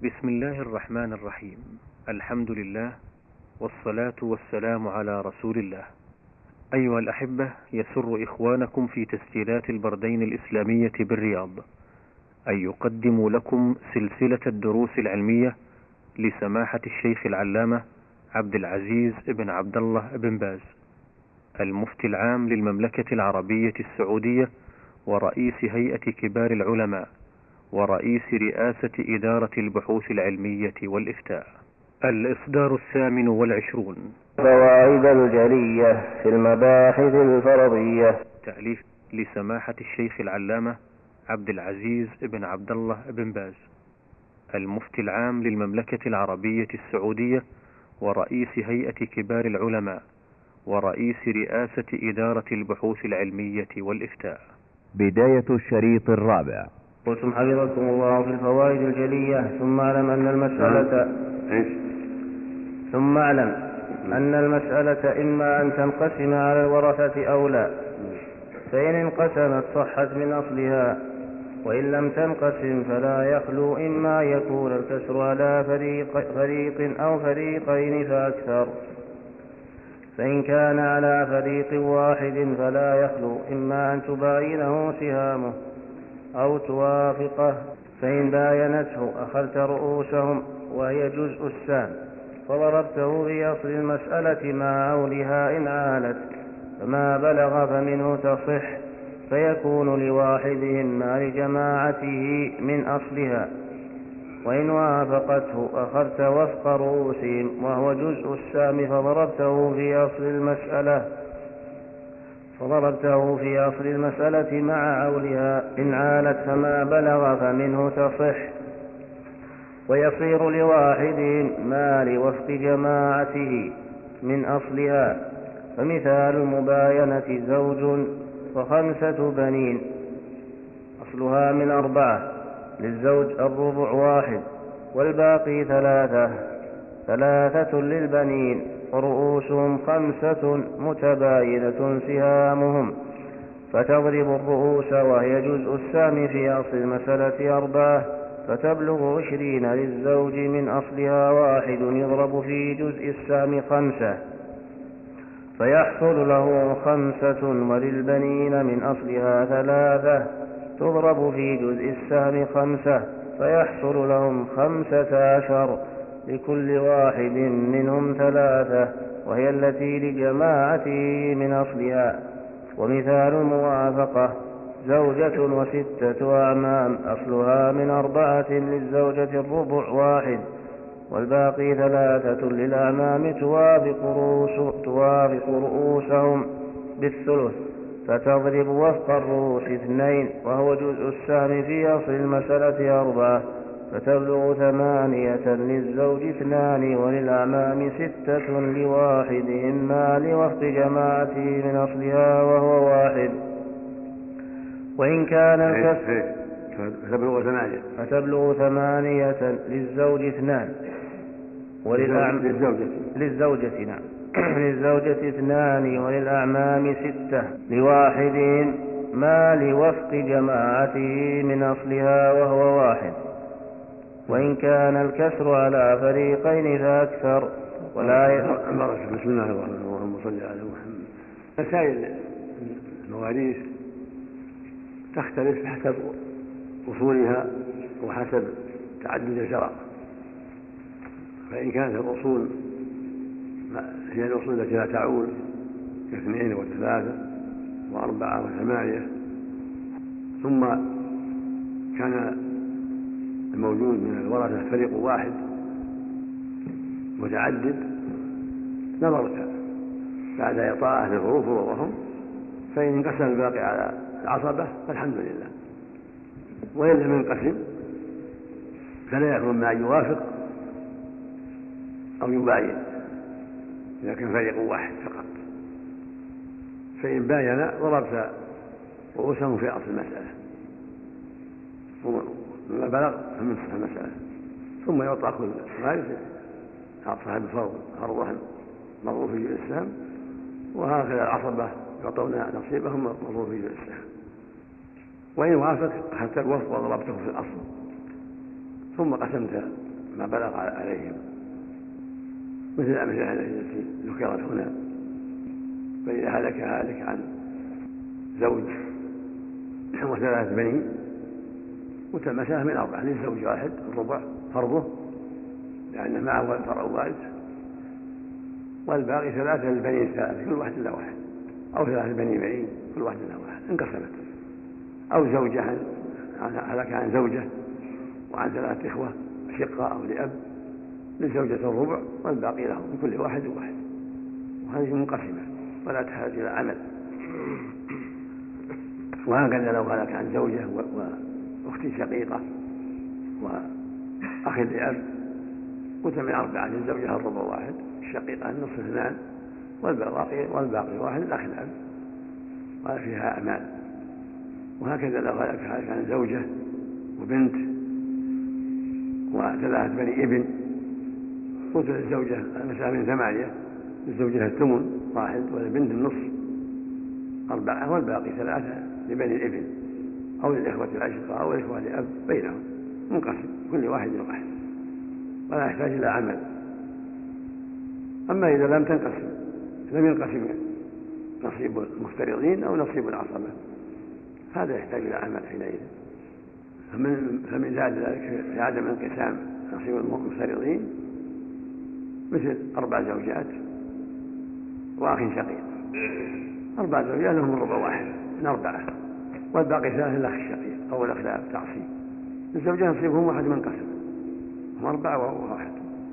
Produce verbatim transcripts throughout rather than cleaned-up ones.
بسم الله الرحمن الرحيم. الحمد لله والصلاة والسلام على رسول الله. أيها الأحبة، يسر إخوانكم في تسجيلات البردين الإسلامية بالرياض أن يقدموا لكم سلسلة الدروس العلمية لسماحة الشيخ العلامة عبد العزيز بن عبد الله بن باز، المفتي العام للمملكة العربية السعودية ورئيس هيئة كبار العلماء ورئيس رئاسة إدارة البحوث العلمية والإفتاء. الإصدار الثامن والعشرون. قواعد الجلية في المباحث الفرضية، تأليف لسماحة الشيخ العلامة عبد العزيز بن عبد الله بن باز، المفتي العام للمملكة العربية السعودية ورئيس هيئة كبار العلماء ورئيس رئاسة إدارة البحوث العلمية والإفتاء. بداية الشريط الرابع. قلتم حفظكم الله في الفوائد الجلية. ثم اعلم أن المسألة ثم اعلم أن المسألة إما أن تنقسم على الورثة أو لا، فإن انقسمت صحت من أصلها، وإن لم تنقسم فلا يخلو إما يكون الكسر على فريق, فريق أو فريقين فأكثر. فإن كان على فريق واحد فلا يخلو إما أن تباينه سهامه أو توافقه، فإن باينته أخذت رؤوسهم وهي جزء السام فضربته في أصل المسألة مع عولها إن عالت، فما بلغ فمنه تصح، فيكون لواحدهم مع لجماعته من أصلها. وإن وافقته أخذت وفق رؤوسهم وهو جزء السام فضربته في أصل المسألة فضربته في أصل المسألة مع عولها إن عالت، فما بلغ فمنه تصح، ويصير لواحدهم ما لوفق جماعته من أصلها. فمثال المباينة زوج وخمسة بنين، أصلها من أربعة، للزوج الربع واحد والباقي ثلاثة، ثلاثة للبنين ورؤوسهم خمسة متباينة سهامهم، فتضرب الرؤوس وهي جزء السام في أصل المسألة أربعة، فتبلغ عشرين للزوج من أصلها واحد يضرب في جزء السام خمسة، فيحصل له خمسة، وللبنين من أصلها ثلاثة تضرب في جزء السام خمسة، فيحصل لهم خمسة عشر، لكل واحد منهم ثلاثة، وهي التي لجماعته من أصلها. ومثال الموافقة زوجة وستة أعمام، أصلها من أربعة، للزوجة الربع واحد والباقي ثلاثة للأعمام، توافق, رؤوس توافق رؤوسهم بالثلث، فتضرب وفق الرؤوس اثنين وهو جزء السام في أصل المسألة أربعة، فتبلغ ثمانية، للزوج اثنان وللأعمام ستة، لواحدهم ما لوفق جماعته من أصلها وهو واحد. وإن كان الكسر فتبلغ ثمانية فتبلغ ثمانية للزوج اثنان وللأعمام للزوجة للزوجة نعم للزوجة اثنان وللأعمام ستة، لواحدهم ما لوفق جماعته من أصلها وهو واحد. وإن كان الكسر على فريقين فأكثر ولا ي... بسم الله الرحمن الرحيم، اللهم صل على محمد. مسائل المواريث تختلف حسب أصولها وحسب تعدد الشرع. فإن كانت الأصول هي الأصول التي لا تعول كاثنين وثلاثة وأربعة وثمانية، ثم كان الموجود من الورثة فريق واحد متعدد، نظرت بعد إعطاء أهل الفروض فروضهم، فإن انقسم الباقي على العصبة فالحمد لله، وإن لم ينقسم فلا يكون ما يوافق أو يباين، إذا كان فريق واحد فقط. فإن باين ضربت رؤوسهم في أصل المسألة، وما بلغ فمن صح المسألة، ثم يعطى كل وارث صاحب الفرض الرهن مضروب في جزء السهم، وهكذا العصبة يعطون نصيبهم مضروب في جزء السهم. وإن وافق أخذت الوفق وضربته في الأصل، ثم قسمت ما بلغ عليهم، مثل الأمثلة التي ذكرت هنا. فإذا هلك هالك عن زوج وثلاث بنين متمساه من أربعة، للزوج واحد الربع فرضه لأنه معه فرع وارث، والباقي ثلاثة للبنين ثلاثة كل واحد له واحد، أو ثلاثة بني بنين كل واحد له واحد انقسمت. أو زوجة هلك عن زوجة وعن ثلاثة إخوة شقة أو لأب، للزوجة الربع والباقي لهم من كل واحد واحد، وهذه منقسمة ولا تحتاج إلى عمل. وهكذا لو هلك عن زوجة وأخت شقيقة وأخ لأب قلت من أربعة، للزوجة الربع واحد، الشقيقة النصف اثنان، والباقي والباقي واحد الأخ الأب، وهذا فيها أمان. وهكذا لو هلك عن زوجة وبنت وثلاث بني ابن قلت للزوجة المسألة من ثمانية، للزوجة الثمن واحد وللبنت النصف أربعة، والباقي ثلاثة لبني الابن أو للإخوة الأشقاء أو الإخوة لأب بينهم منقسم كل واحد واحد ولا يحتاج إلى عمل. أما إذا لم تنقسم لم ينقسم نصيب المفترضين أو نصيب العصبة هذا يحتاج إلى عمل حينئذ. فمن, فمن ذلك في عدم انقسام نصيب المفترضين مثل أربع زوجات وأخ شقيق، أربع زوجات لهم ربع واحد من أربعة، والباقي ثلاثة الأخ الشقيق أو الأخ لا تعصيب، الزوجان نصيبهم واحد من قسم هم أربعة وهو واحد،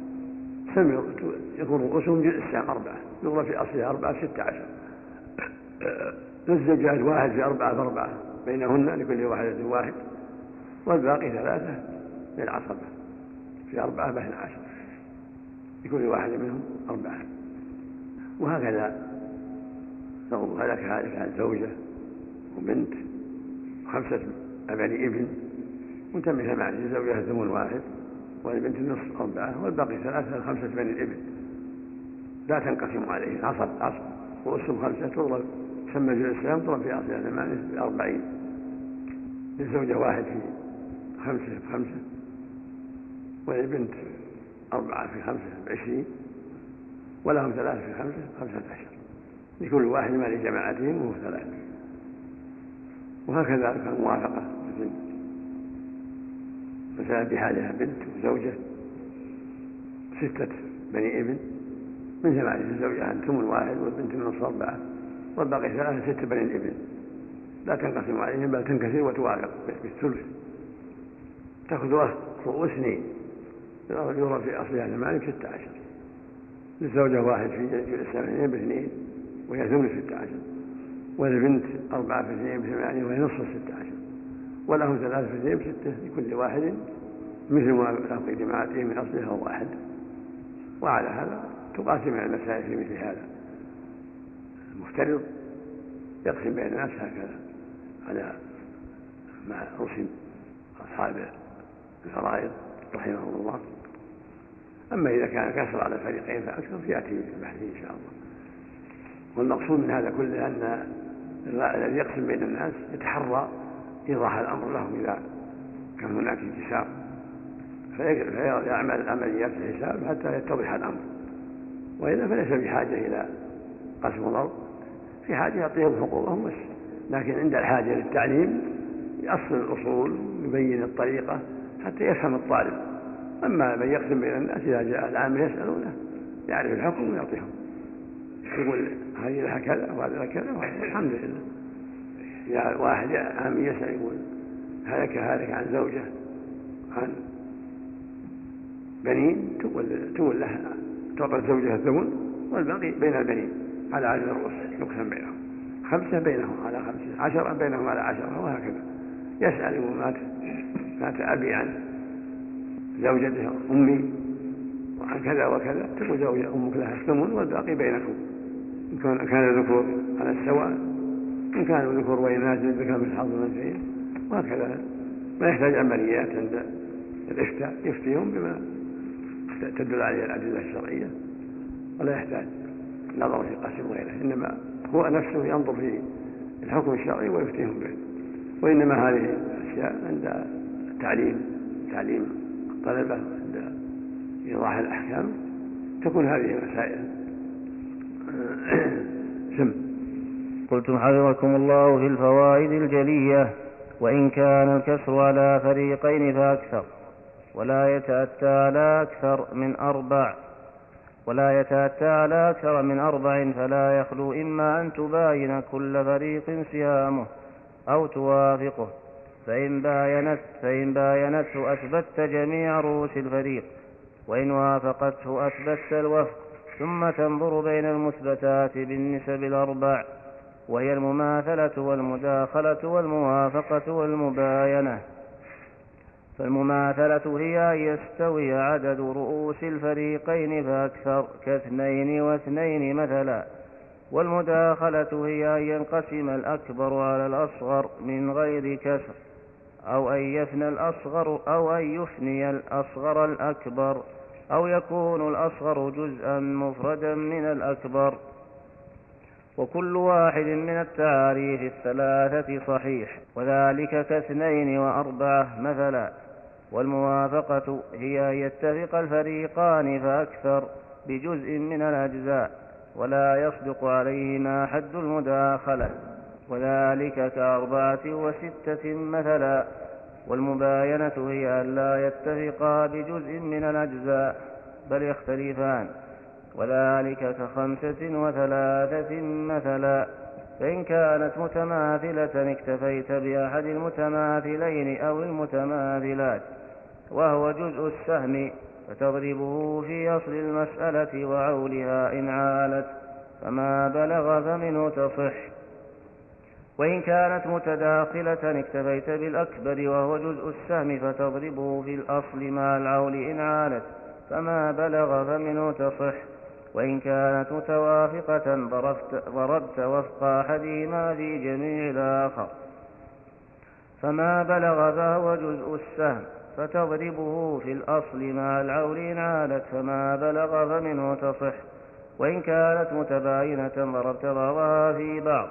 يكون رؤوسهم جزء السام أربعة، يضرب في أصلها أربعة ستة عشر. للزوجات واحد في أربعة بأربعة بينهن لكل واحدة واحد، والباقي ثلاثة للعصبة في أربعة باثنى عشر لكل واحد منهم أربعة. وهكذا لو هلك هالك عن زوجة وبنت وخمسة أبني ابن وتم ثمانية، للزوجة ثمن واحد والبنت النصف أربعة، والباقي ثلاثة خمسة بني الابن لا تنقسم عليه العصب عصب، وأسهم خمسة تضرب تسمى جزء الإسلام تضرب في أصلها ثمانية بأربعين، للزوجة واحد في خمسة بخمسة، والبنت أربعة في خمسة بعشرين، ولهم ثلاثة في خمسة خمسة عشر، لكل واحد ما لجماعتهم وهو ثلاثة. وهكذا الموافقة مثلا بحالها بنت وزوجة ستة بني ابن من ثمانية، الزوجة عن ثمن واحد والبنت النصف أربعة، والباقي ثلاثة ستة بني الابن لا تنقسم عليهم بل تنكسر وتوافق بالثلث، تأخذ رؤوس اثنين يضرب في أصلها ثمانية بستة عشر، للزوجة واحد في جزء الثمانية باثنين وهي ثمن ستة عشر، والبنت أربعة في اثنين بثمانية وهي نصف ستة عشر، ولهم ثلاثة في اثنين بستة، لكل واحد مثل ما لاقي جماعته من أصلها واحد. وعلى هذا تقاسم المسائل في مثل هذا. المفترض يقسم بين الناس هكذا على ما رسم أصحاب الفرائض رحمهم الله. أما إذا كان كسر على فريقين فأكثر فيأتي بالبحث إن شاء الله. والمقصود من هذا كله أن الذي يقسم بين الناس يتحرى إيضاح الأمر لهم إذا كان هناك انكسار، فيعمل عمليات الحساب حتى يتضح الأمر، وإلا فليس بحاجة إلى قسم الأرض، في حاجة يعطيهم حقوقهم بس، لكن عند الحاجة للتعليم يأصل الأصول يبين الطريقة حتى يفهم الطالب. أما من يقسم بين الناس إذا جاء العام يسألونه يعرف الحكم ويعطيهم، يقول هذه لها كذا وهذا لها كذا الحمد لله. يا واحد عام يسأل يقول هلك هلك عن زوجة عن بنين تقول لها تعطى الزوجة الثمن والباقي بين البنين على عدد الرؤوس يقسم بينهم، خمسة بينهم على خمسة، عشرة بينهم على عشرة، وهكذا. يسأل يقول مات مات أبي عن زوجته أمي وعن كذا وكذا، تقول زوجة أمك لها الثمن والباقي بينكم، إن كان الذكور على السواء، إن كانوا ذكور وإناث ذكر من حظ الأنثيين، وهكذا. ما يحتاج عمليات عند الإفتاء، يفتيهم بما تدل عليه الأدلة الشرعية، ولا يحتاج نظر في قسم غيره، إنما هو نفسه ينظر في الحكم الشرعي ويفتيهم به. وإنما هذه الأشياء عند التعليم تعليم الطلبة عند إيضاح الأحكام تكون هذه مسائل. سم. قلتم حفظكم الله في الفوائد الجلية: وإن كان الكسر على فريقين فأكثر ولا يتأتى على أكثر من أربع ولا يتأتى على أكثر من أربع فلا يخلو إما أن تباين كل فريق سهامه أو توافقه، فإن باينت فإن باينته أثبت جميع رؤوس الفريق، وإن وافقته أثبت الوفق، ثم تنظر بين المثبتات بالنسب الأربع، وهي المماثلة والمداخلة والموافقة والمباينة. فالمماثلة هي أن يستوي عدد رؤوس الفريقين فأكثر كاثنين واثنين مثلا، والمداخلة هي أن ينقسم الأكبر على الأصغر من غير كسر، أو أن يفنى الأصغر أو أن يفني الأصغر الأكبر، أو يكون الأصغر جزءا مفردا من الأكبر. وكل واحد من التعاريف الثلاثة صحيح، وذلك كاثنين وأربعة مثلا. والموافقة هي أن يتفق الفريقان فأكثر بجزء من الأجزاء ولا يصدق عليهما حد المداخلة، وذلك كأربعة وستة مثلا. والمباينة هي أن لا يتفقا بجزء من الأجزاء بل يختلفان، وذلك كخمسة وثلاثة مثلا. فإن كانت متماثلة اكتفيت بأحد المتماثلين أو المتماثلات وهو جزء السهم، فتضربه في أصل المسألة وعولها إن عالت، فما بلغ فمنه تصح. وإن كانت متداخلة اكتفيت بالأكبر وهو جزء السهم، فتضربه في الأصل مع العول إن عالت، فما بلغ فمنه تصح. وإن كانت متوافقة ضربت وفق أحدهما في جميع الآخر، فما بلغ فهو جزء السهم، فتضربه في الأصل مع العول إن عالت، فما بلغ فمنه تصح. وإن كانت متباينة ضربت بعضها في بعض،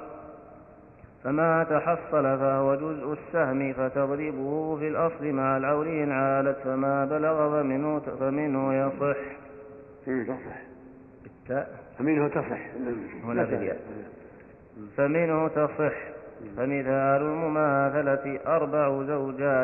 فما تحصل فهو جزء السهم، فتضربه في الأصل مع العول إن عالت، فما بلغ فمنه, فمنه يصح. فمنه تصح هنا بديع. فمنه تصح. فمثال المماثلة أربع زوجات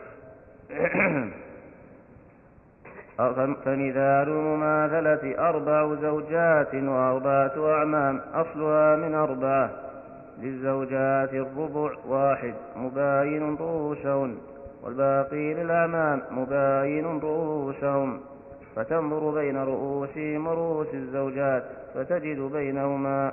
فمثال المماثلة أربع زوجات وأربعة أعمام، أصلها من أربعة. للزوجات الربع واحد مباين رؤوسهن، والباقي للأعمام مباين رؤوسهم، فتنظر بين رؤوسهم ورؤوس الزوجات فتجد بينهما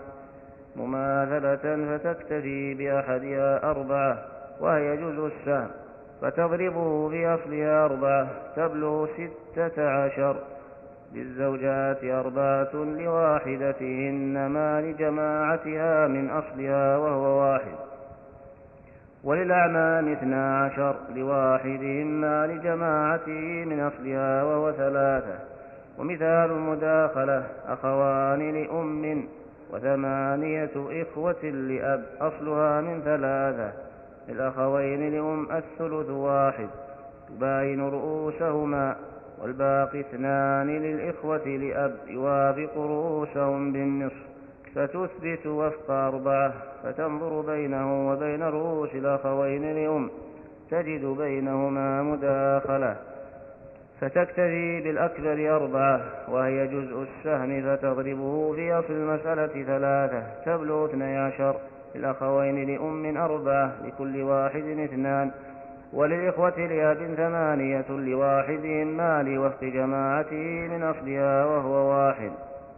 مماثلة، فتكتفي بأحدها أربعة وهي جزء السهم، فتضربه في أصلها أربعة تبلغ ستة عشر. للزوجات أربعة لواحدتهن ما لجماعتها من أصلها وهو واحد. وللأعمام اثنا عشر لواحدهم ما لجماعته من أصلها وهو ثلاثة. ومثال المداخلة أخوان لأم وثمانية إخوة لأب، أصلها من ثلاثة. للأخوين لأم الثلث واحد تباين رؤوسهما، والباقي اثنان للإخوة لأب يوافق رؤوسهم بالنصف، فتثبت وفق أربعة، فتنظر بينه وبين رؤوس الأخوين لأم تجد بينهما مداخلة، فتكتفي بالأكبر أربعة وهي جزء السهم، فتضربه في أصل المسألة ثلاثة تبلغ اثني عشر. للأخوين لأم أربعة لكل واحد اثنان. وللإخوة لأب ثمانية لواحدهم ما لوفق جماعته من أصلها وهو واحد.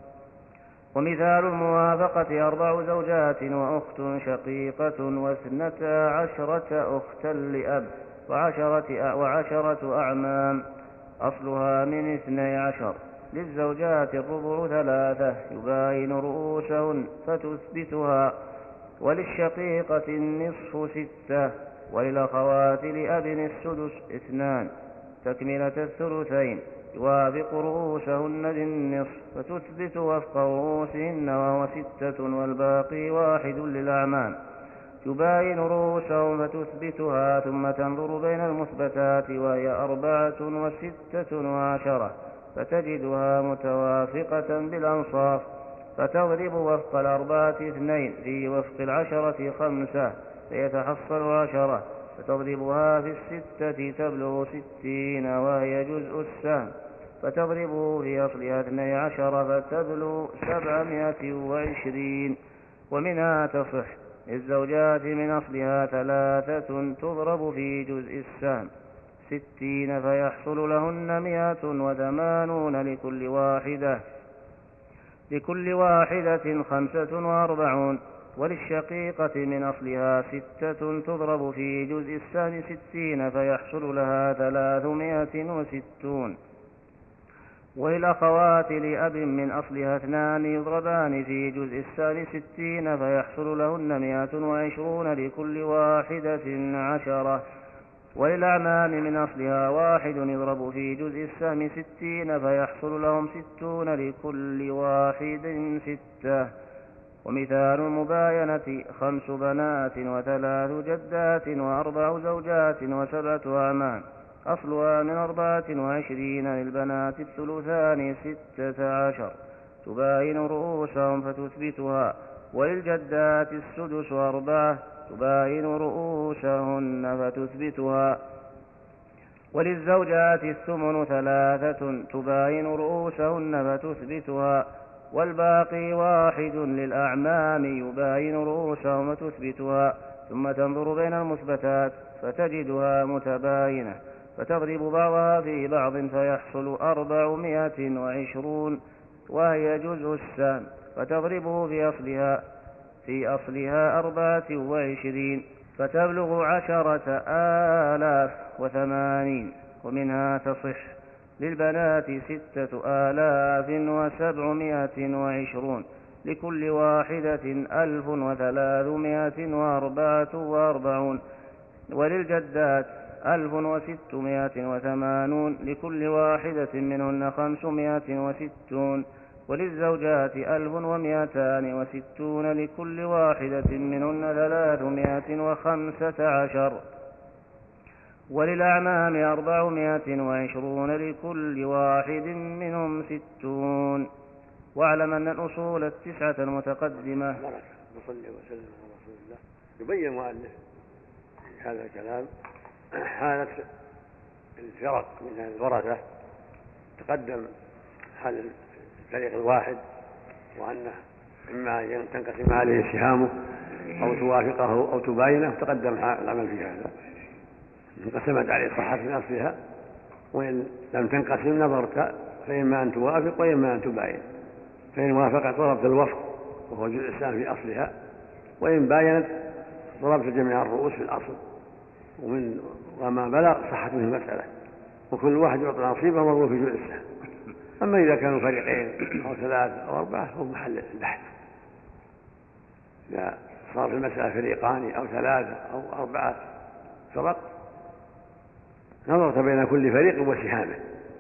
ومثال الموافقة أربع زوجات وأخت شقيقة واثنتا عشرة أختا لأب وعشرة, وعشرة أعمام، أصلها من اثني عشر. للزوجات الربع ثلاثة يباين رؤوسهن فتثبتها. وللشقيقة النصف ستة. وللأخوات لأب السدس اثنان تكملة الثلثين يوافق رؤوسهن للنصف، فتثبت وفق رؤوسهن وهو ستة، والباقي واحد للأعمام تباين رؤوسهم فتثبتها، ثم تنظر بين المثبتات وهي أربعة وستة وعشرة، فتجدها متوافقة بالأنصاف، فتضرب وفق الأربعة اثنين، في وفق العشرة خمسة فيتحصل عشرة، فتضربها في الستة تبلغ ستين وهي جزء السهم، فتضرب في أصلها اثني عشر فتبلغ سبعمائة وعشرين. ومنها تصح للزوجات من أصلها ثلاثة تضرب في جزء السهم ستين فيحصل لهن مئة وثمانون لكل واحدة لكل واحدة خمسة وأربعون. وللشقيقة من أصلها ستة تضرب في جزء السهم ستين فيحصل لها ثلاثمائة وستون. وللأخوات لأب من أصلها اثنان يضربان في جزء السهم ستين فيحصل لهن مائة وعشرون لكل واحدة عشرة. وللأعمام من أصلها واحد يضرب في جزء السهم ستين فيحصل لهم ستون لكل واحد ستة. ومثال المباينة خمس بنات وثلاث جدات وأربع زوجات وسبعة أعمام، أصلها من أربعة وعشرين، للبنات الثلثان ستة عشر، تباين رؤوسهم فتثبتها. وللجدات السدس أربعة، تباين رؤوسهن فتثبتها. وللزوجات الثمن ثلاثة، تباين رؤوسهن فتثبتها. والباقي واحد للأعمام يباين رؤوسهم وتثبتها. ثم تنظر بين المثبتات فتجدها متباينة، فتضرب بعضها في بعض فيحصل أربعمائة وعشرون وهي جزء السهم، فتضربه في أصلها في أصلها أربعة وعشرين فتبلغ عشرة آلاف وثمانين. ومنها تصح للبنات ستة آلاف وسبعمائة وعشرون، لكل واحدة ألف وثلاثمائة وأربعة وأربعون. وللجدات ألف وستمائة وثمانون، لكل واحدة منهن خمسمائة وستون. وللزوجات ألف ومائتان وستون، لكل واحدة منهن ثلاثمائة وخمسة عشر. وللأعمام أربعمائة وعشرون، لكل واحد منهم ستون. واعلم أن الأصول التسعة المتقدمة. صلى وسلم على رسول الله. يبين المؤلف في هذا الكلام حالة الفرق من الورثة. تقدم حال الفريق الواحد وأنه إما أن تنقسم عليه سهامه أو توافقه أو تباينه، تقدم العمل في هذا. انقسمت عليه صحت من أصلها، وإن لم تنقسم نظرت فإما أن توافق وإما أن تباين. فإن وافقت ضربت الوفق وهو جزء السهم في أصلها، وإن باينت ضربت جميع الرؤوس في الأصل، ومن وما بلغ صحت منه المسألة، وكل واحد يعطي نصيبه مضروب في جزء السهم. أما إذا كانوا فريقين أو ثلاثة أو أربعة هو محل البحث. إذا صار في المسألة فريقان أو ثلاثة أو أربعة فرق نظرت بين كل فريق وسهامه،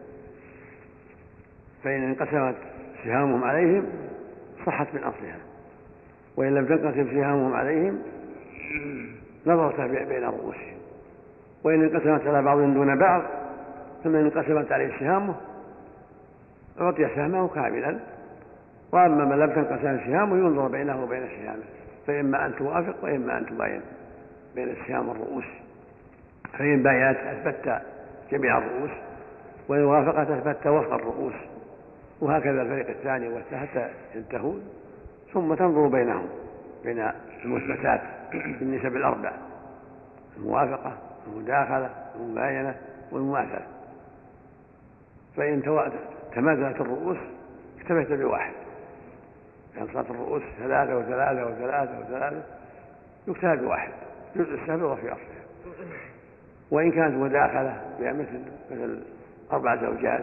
فإن انقسمت سهامهم عليهم صحت من أصلها، وإن لم تنقسم سهامهم عليهم نظرت بين رؤوسهم. وإن انقسمت على بعض دون بعض ثم انقسمت عليه سهامه أعطي سهمه كاملا. وأما من لم تنقسم سهامه ينظر بينه وبين سهامه، فإما أن توافق وإما أن تباين بين السهام والرؤوس. فإن باينت أثبت جميع الرؤوس، وإن وافقت أثبت وفق الرؤوس، وهكذا الفريق الثاني والثالث ينتهون. ثم تنظر بينهم بين المثبتات بالنسب الأربع: الموافقة المداخلة المباينة والمماثلة. فإن تماثلت الرؤوس اكتفيت بواحد، يعني صارت الرؤوس ثلاثة وثلاثة وثلاثة وثلاثة يكتفى بواحد جزء السهم في أصلها. وإن كانت مداخلة مثل مثل أربع زوجات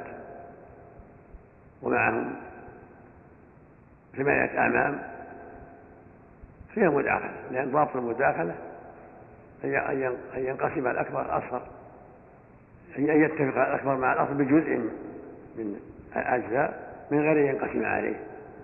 ومعهم ثمانية أعمام فيها مداخلة، لأن ضابط المداخلة أن ينقسم الأكبر الأصغر، أن يتفق الأكبر مع الأصغر بجزء من الأجزاء من غير أن ينقسم عليه.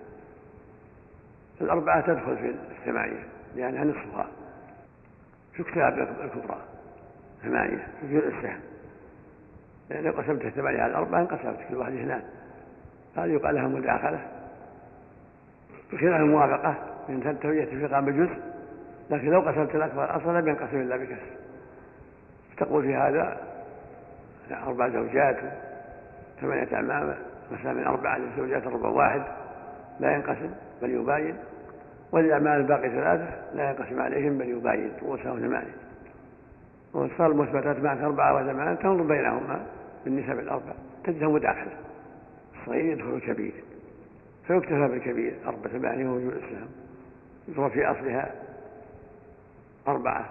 الأربعة تدخل في الثمانية لأنها نصفها، تكتب الكبرى ثمانية في جزء السهم. لأن لو قسمت الثمانية على أربعة انقسمت كل واحد اثنان، هذه يقال لها مداخلة بخلاف الموافقة من تنتهي اتفاقا بجزء، لكن لو قسمت الأكبر أصلا لم ينقسم إلا بكسر. تقول في هذا أربع زوجات ثمانية أعمام مثلا من أربعة للزوجات ربع واحد لا ينقسم بل يباين، والأعمال الباقي ثلاثة لا ينقسم عليهم بل يباين رؤوسهم ثمانية. وصار المثبتات معك أربعة وثمانية تنظر بينهما بالنسب الأربع تجدها مداخلة، الصغير يدخل الكبير فيكتفى بالكبير أربع ثمانية ووجود السهم يضرب في أصلها أربعة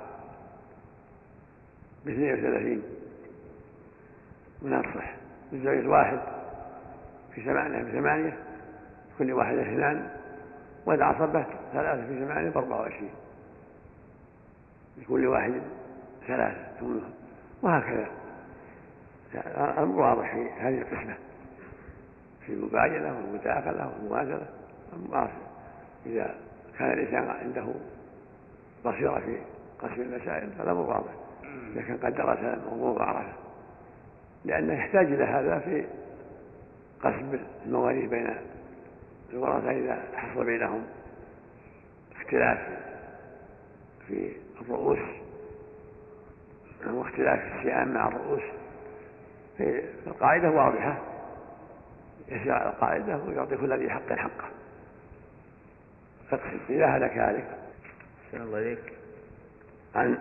باثنين وثلاثين من الصح، الزوج واحد في ثمانية بثمانية كل واحد اثنان، والعصبة ثلاثة في ثمانية بأربعة وعشرين لكل واحد ثلاثة ثمنها، وهكذا. الأمر واضح في هذه القسمة في المباينة والمداخلة والمماثلة واضح. إذا كان الإنسان عنده بصيرة في قسم المسائل فالأمر واضح، لكن قد درس الموضوع وعرفه، لأنه يحتاج إلى هذا في قسم المواريث بين الورثة إذا حصل بينهم اختلاف في الرؤوس واختلاف في السهام مع الرؤوس. في القاعدة واضحة، يسير على القاعدة ويعطي كل ذي حق حقه. فاقسم إذا هلك هالك أحسن الله إليك عن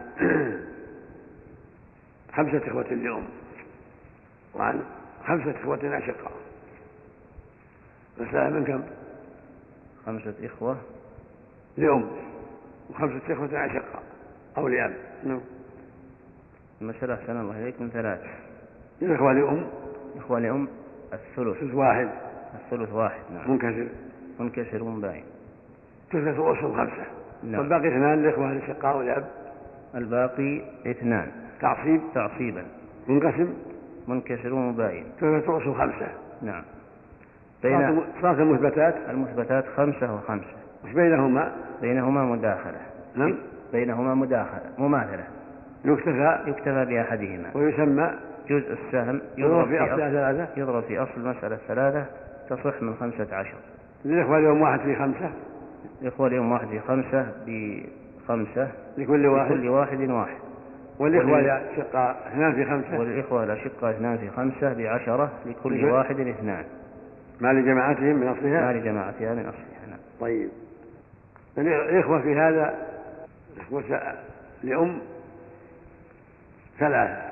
خمسة إخوة لأم وعن خمسة إخوة أشقاء. مسألة من كم؟ خمسة إخوة لأم وخمسة إخوة أشقاء أو لأب. نعم. المسألة أحسن الله إليك من ثلاث. الإخوة لأم إخوة لأم الثلث ثلث واحد الثلث واحد نعم منكسر منكسر ومباين ثلث رؤوسهم خمسة نعم. والباقي اثنان الإخوة الأشقاء والأب. الباقي اثنان تعصيب تعصيبا منقسم منكسر ومباين ثلث رؤوسهم خمسة. نعم. بين صارت المثبتات المثبتات خمسة وخمسة. وش بينهما؟ بينهما مداخلة. نعم. بينهما مداخلة مماثلة يكتفى يكتفى بأحدهما ويسمى جزء السهم يضرب في أصل ثلاثة يضرب في أصل المسألة ثلاثة تصح من خمسة عشر. للإخوة اليوم واحد في خمسة الإخوة اليوم واحد في خمسة بخمسة لكل واحد لكل واحد واحد. والإخوة الأشقاء اثنان في خمسة والإخوة الأشقاء اثنان في خمسة بعشرة لكل لكل واحد اثنان ما لجماعتهم من أصلها ما لجماعتها من أصلها. نعم. طيب الإخوة في هذا إخوة لأم ثلاثة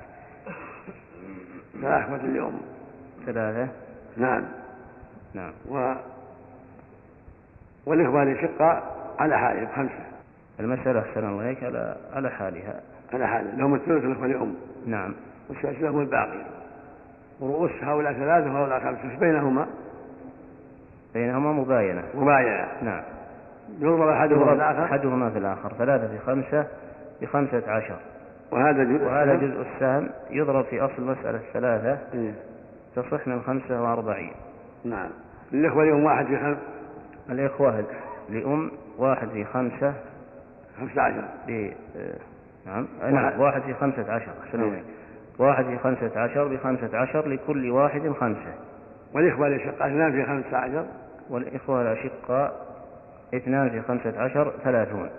ثلاثة إخوة لأم ثلاثة نعم نعم. و... والإخوة الأشقاء على حالهم خمسة. المسألة أحسن الله إليك على على حالها على حالهم لهم الثلث الإخوة لأم نعم والسادس لهم الباقي، ورؤوس هؤلاء ثلاثة وهؤلاء خمسة بينهما بينهما مباينة مباينة. نعم. يضرب أحدهما في الآخر أحدهما في الآخر ثلاثة في خمسة بخمسة عشر، وهذا جزء وهذا جزء السهم يضرب في أصل مسألة ثلاثة إيه. تصح من خمسة وأربعين. نعم. الإخوة اليوم واحد في خمسة الإخوة لأم واحد في خمسة خمسة عشر ب... نعم نعم واحد في خمسة عشر إيه. واحد في خمسة عشر بخمسة عشر لكل واحد خمسة. والإخوة الأشقاء اثنان في خمسة عشر والإخوة الأشقاء اثنان في خمسة عشر ثلاثون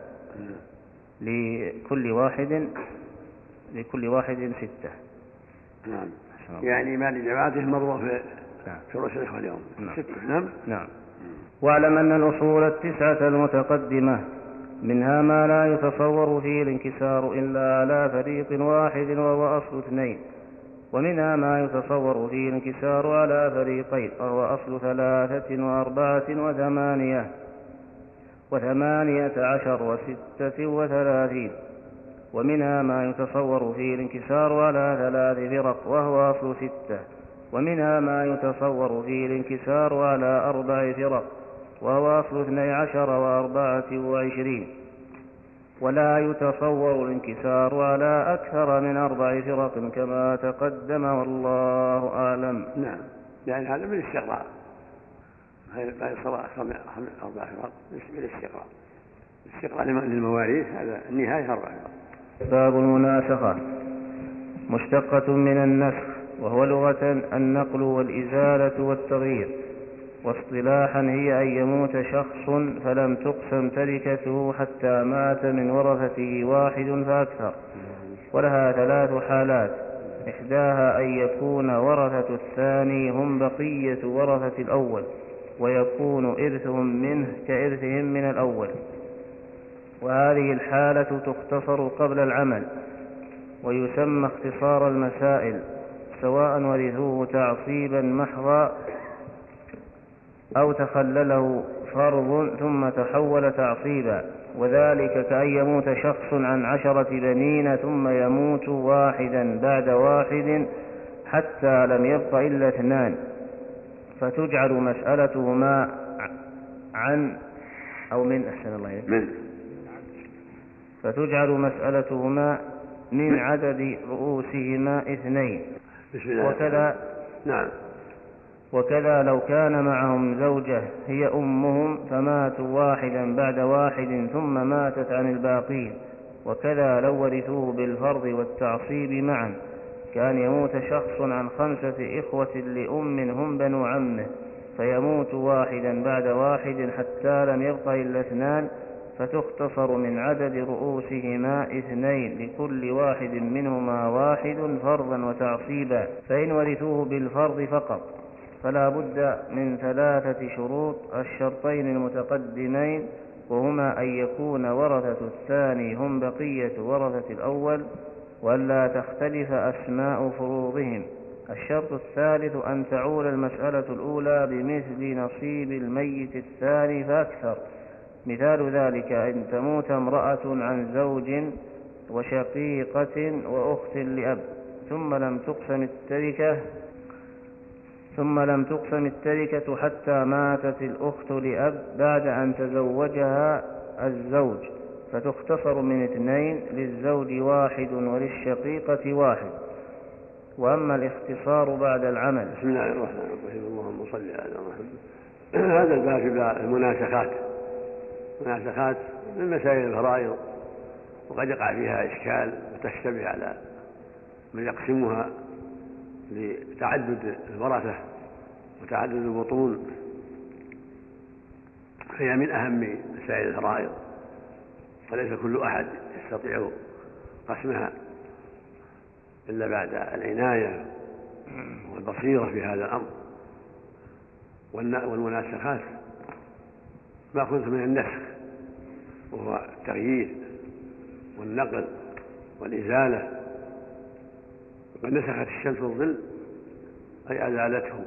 لكل واحد لكل واحد ستة. نعم. يعني ما لجماعتهم مضروب في نعم. في رؤوس الإخوة اليوم نعم. ستة. نعم. نعم. واعلم أن الأصول التسعة المتقدمة منها ما لا يتصور فيه الانكسار إلا على فريق واحد وهو أصل اثنين، ومنها ما يتصور فيه الانكسار على فريقين وهو أصل ثلاثة وأربعة وثمانية وثمانية عشر وستة وثلاثين، ومنها ما يتصور فيه الانكسار على ثلاث فرق وهو أصل ستة، ومنها ما يتصور فيه الانكسار على أربع فرق وهو أصل اثني عشر وأربعة وعشرين، ولا يتصور الانكسار على أكثر من أربع فرق كما تقدم والله أعلم. نعم. يعني هذا من الاستقراء، لا يتصور أكثر من أربع فرق بالاستقراء. الاستقراء للمواريث هذا النهاية أربع فرق. باب المناسخة مشتقة من النسخ وهو لغة النقل والإزالة والتغيير، واصطلاحا هي أن يموت شخص فلم تقسم تركته حتى مات من ورثته واحد فأكثر، ولها ثلاث حالات: إحداها أن يكون ورثة الثاني هم بقية ورثة الأول، ويكون إرثهم منه كإرثهم من الأول، وهذه الحالة تختصر قبل العمل، ويسمى اختصار المسائل، سواء ورثوه تعصيبا محضا أو تخلله فرض ثم تحول تعصيبا، وذلك كأن يموت شخص عن عشرة بنين ثم يموت واحدا بعد واحد حتى لم يبق إلا اثنان، فتجعل مسألتهما عن أو من أحسن الله إليك فتجعل مسألتهما من عدد رؤوسهما اثنين. وكذا نعم وكذا لو كان معهم زوجة هي أمهم فماتوا واحدا بعد واحد ثم ماتت عن الباقين، وكذا لو ورثوه بالفرض والتعصيب معا، كان يموت شخص عن خمسة إخوة لأم هم بنو عمه فيموت واحدا بعد واحد حتى لم يبق إلا اثنان، فتختصر من عدد رؤوسهما اثنين لكل واحد منهما واحد فرضا وتعصيبا، فإن ورثوه بالفرض فقط فلا بد من ثلاثة شروط: الشرطين المتقدمين، وهما أن يكون ورثة الثاني هم بقية ورثة الأول، وألا تختلف أسماء فروضهم. الشرط الثالث أن تعول المسألة الأولى بمثل نصيب الميت الثاني فأكثر. مثال ذلك أن تموت امرأة عن زوج وشقيقة وأخت لأب ثم لم تقسم التركة ثم لم تقسم التركة حتى ماتت الأخت لأب بعد أن تزوجها الزوج، فتختصر من اثنين: للزوج واحد وللشقيقة واحد. وأما الاختصار بعد العمل. بسم الله الرحمن الرحيم. اللهم صل على محمد. هذا الباب في المناسخات. المناسخات من مسائل الفرائض، وقد يقع فيها إشكال وتشتبه على من يقسمها لتعدد الورثة وتعدد البطون، فهي من أهم مسائل الفرائض، وليس كل أحد يستطيع قسمها إلا بعد العناية والبصيرة في هذا الأمر. والمناسخات مأخوذ من النسخ، وهو التغيير والنقل والإزالة. وقد نسخت الشمس الظل أي أزالته،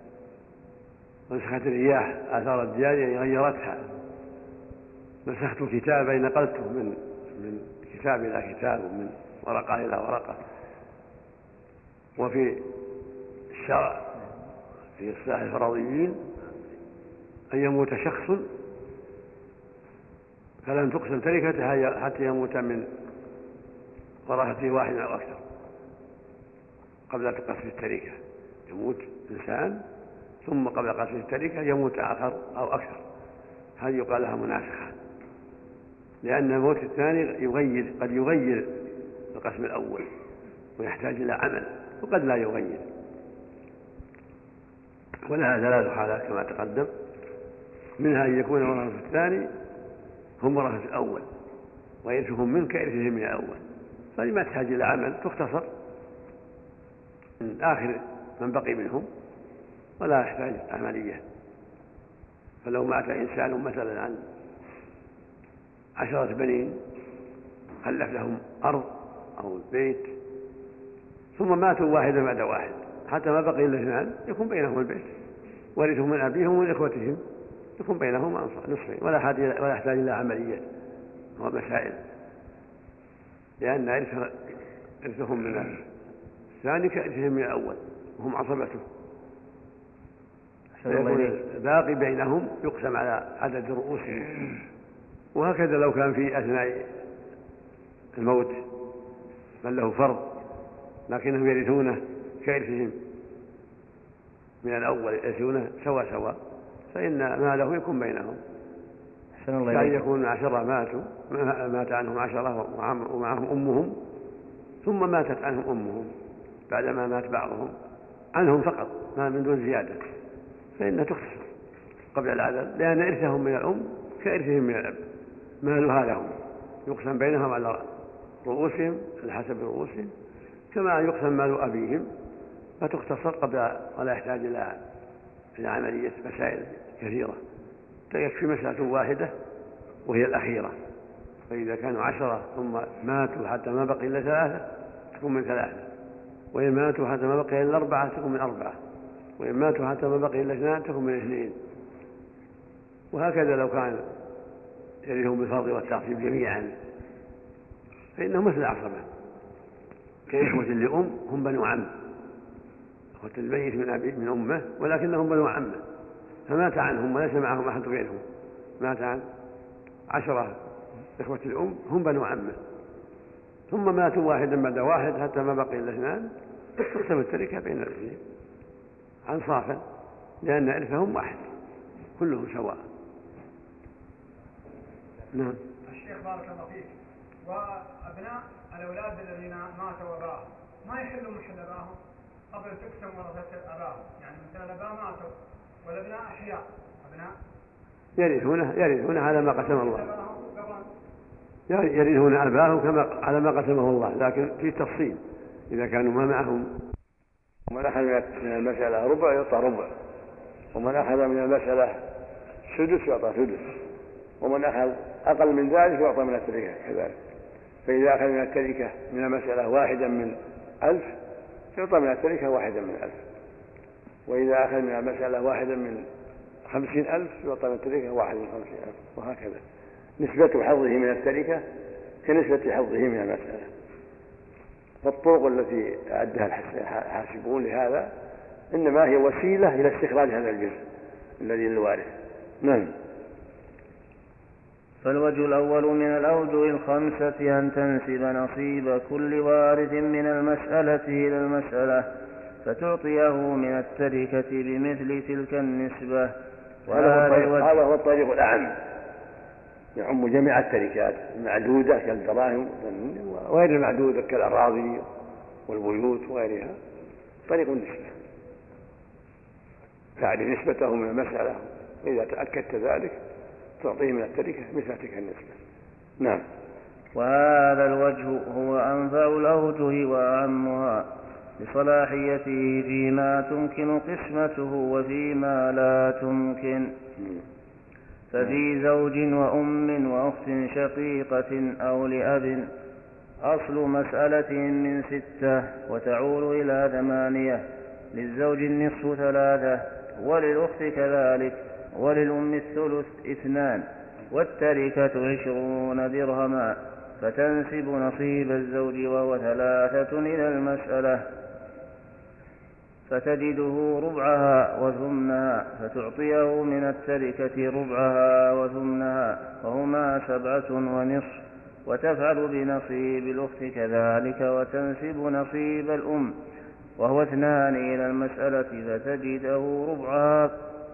ونسخت الرياح آثار الديار غيرتها، نسخت الكتاب أي نقلته من من كتاب إلى كتاب ومن ورقة إلى ورقة. وفي الشرع في إصلاح الفرضيين أن يموت شخص فلن تقسم تركته حتى يموت من ورثته واحد أو أكثر قبل قسم التركة. يموت إنسان ثم قبل قسم التركة يموت آخر أو أكثر، هذه يقال لها مناسخة، لأن الموت الثاني يغير قد يغير القسم الأول ويحتاج إلى عمل، وقد لا يغير. ولها ثلاث حالات كما تقدم، منها أن يكون ورثة الثاني هم ورثة الأول ويرثهم من كإرثهم من الأول، فلما تحتاج إلى عمل تختصر من آخر من بقي منهم ولا يحتاج عملية. فلو مات إنسان مثلا عن عشرة بنين خلف لهم أرض أو بيت ثم ماتوا واحدا بعد واحد حتى ما بقي إلا اثنان، يكون بينهم البيت، ورثهم من أبيهم ومن إخوتهم، يكون بينهم نصفين ولا يحتاج إلى عملية ومسائل، لأن إرثهم من الثاني كإرثهم من الأول وهم عصبته، فيكون الباقي بينهم يقسم على عدد رؤوسهم. وهكذا لو كان في أثناء الموت من له فرض لكنهم يرثونه كإرثهم من الأول، يرثونه سوا سوا، فإن ماله يكون بينهم. كان يكون عشرة ماتوا مات عنهم عشرة ومعهم أمهم ثم ماتت عنهم أمهم بعدما مات بعضهم عنهم فقط ما من دون زيادة فإنها تختصر قبل العدد، لأن إرثهم من الأم كإرثهم من الأب، مالها لهم يقسم بينهم على رؤوسهم على حسب رؤوسهم كما يقسم مال أبيهم، فتختصر قبل ولا يحتاج إلى إلى عملية مسائل كثيرة، يكفي مسألة واحدة وهي الأخيرة. فإذا كانوا عشرة ثم ماتوا حتى ما بقي إلا ثلاثة تكون من ثلاثة، وإن ماتوا حتى ما بقي إلا أربعة تكون من أربعة، وإن ماتوا حتى ما بقي إلا اثنان تكون من اثنين، وهكذا لو كان يرثهم بالفرض والتعصيب جميعا فإنه مثل العصبة كإخوة لأم هم بنو عم، إخوة الميت من أبي من أمه ولكنهم بنو عمه، فمات عنهم وليس معهم أحد غيرهم، مات عن عشرة إخوة الأم هم بنو عمه ثم ماتوا واحدا بعد واحد حتى ما بقي إلا اثنان، تقسم التركة بين الاثنين أنصافا لأن إرثهم واحد كلهم سواء. نعم. الشيخ بارك الله فيك، وأبناء الأولاد الذين ماتوا أباهم ما يحلوا محل أباهم قبل تقسم ورثة أباهم، يعني مثلا الأباء ماتوا والأبناء أحياء أبناء يرثون يرثون على ما قسم الله، يرثون أباهم كما على ما قسمه الله، لكن في تفصيل إذا كانوا ما معهم. ومن أخذ من المسألة ربع يعطى ربع، ومن أخذ من المسألة سدس يعطى سدس، ومن أخذ أقل من ذلك يعطى من التركة كذلك. فإذا أخذ من التركة من المسألة واحدا من ألف يعطى من التركة واحدا من ألف، وإذا أخذ من المسألة واحدا من خمسين ألف يعطى من التركة واحد من خمسين ألف، وهكذا نسبة حظه من التركة كنسبة حظه من المسألة. فالطرق التي أعدها الحاسبون لهذا إنما هي وسيلة إلى استخراج هذا الجزء الذي للوارث. نعم. فالوجه الأول من الأوجه الخمسة أن تنسب نصيب كل وارث من المسألة إلى المسألة فتعطيه من التركة بمثل تلك النسبة. هذا هو الطريق الأعم، يعم جميع التركات المعدودة كالدراهم وغير المعدودة كالأراضي والبيوت وغيرها. طريق النسبة تعرف نسبته من المسألة، وإذا تأكدت ذلك تعطيه من التركة مثل تلك النسبة. نعم. وهذا الوجه هو أنفع الأوجه وأعمها لصلاحيته فيما تمكن قسمته وفيما لا تمكن. ففي زوج وأم وأخت شقيقة أو لأب أصل مسألة من ستة وتعول إلى ثمانية، للزوج النصف ثلاثة وللأخت كذلك، وللأم الثلث اثنان، والتركة عشرون درهما، فتنسب نصيب الزوج وهو ثلاثة إلى المسألة فتجده ربعها وثمنها، فتعطيه من التركة ربعها وثمنها، وهما سبعة ونصف، وتفعل بنصيب الأخت كذلك، وتنسب نصيب الأم وهو اثنان إلى المسألة فتجده ربعها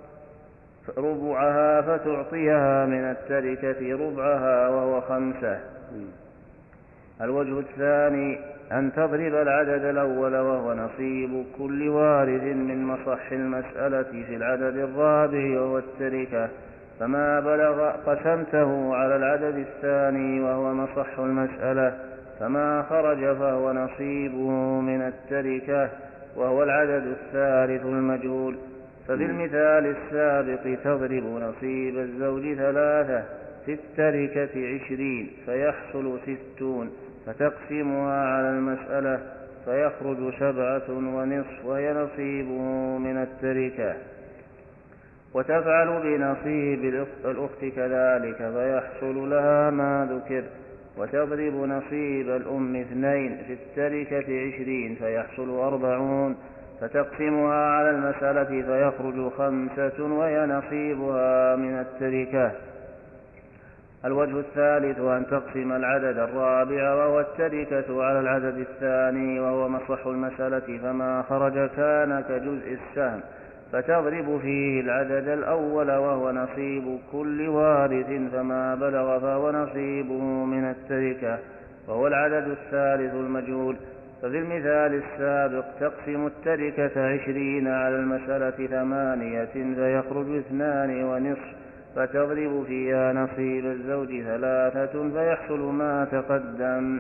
ربعها فتعطيها من التركة ربعها وهو خمسة. الوجه الثاني أن تضرب العدد الأول وهو نصيب كل وارث من مصح المسألة في العدد الرابع وهو التركة، فما بلغ قسمته على العدد الثاني وهو مصح المسألة، فما خرج فهو نصيبه من التركة وهو العدد الثالث المجهول. ففي المثال السابق تضرب نصيب الزوج ثلاثة في التركة عشرين فيحصل ستون، فتقسمها على المسألة فيخرج سبعة ونصف وهي نصيبه من التركة، وتفعل بنصيب الأخت كذلك فيحصل لها ما ذكر، وتضرب نصيب الأم اثنين في التركة عشرين فيحصل أربعون، فتقسمها على المسألة فيخرج خمسة وهي نصيبها من التركة. الوجه الثالث أن تقسم العدد الرابع وهو التركة على العدد الثاني وهو مصح المسألة، فما خرج كان كجزء السهم، فتضرب فيه العدد الأول وهو نصيب كل وارث، فما بلغ فهو نصيبه من التركة وهو العدد الثالث المجهول. ففي المثال السابق تقسم التركة عشرين على المسألة ثمانية فيخرج اثنان ونصف فتضرب فيها نصيب الزوج ثلاثة فيحصل ما تقدم.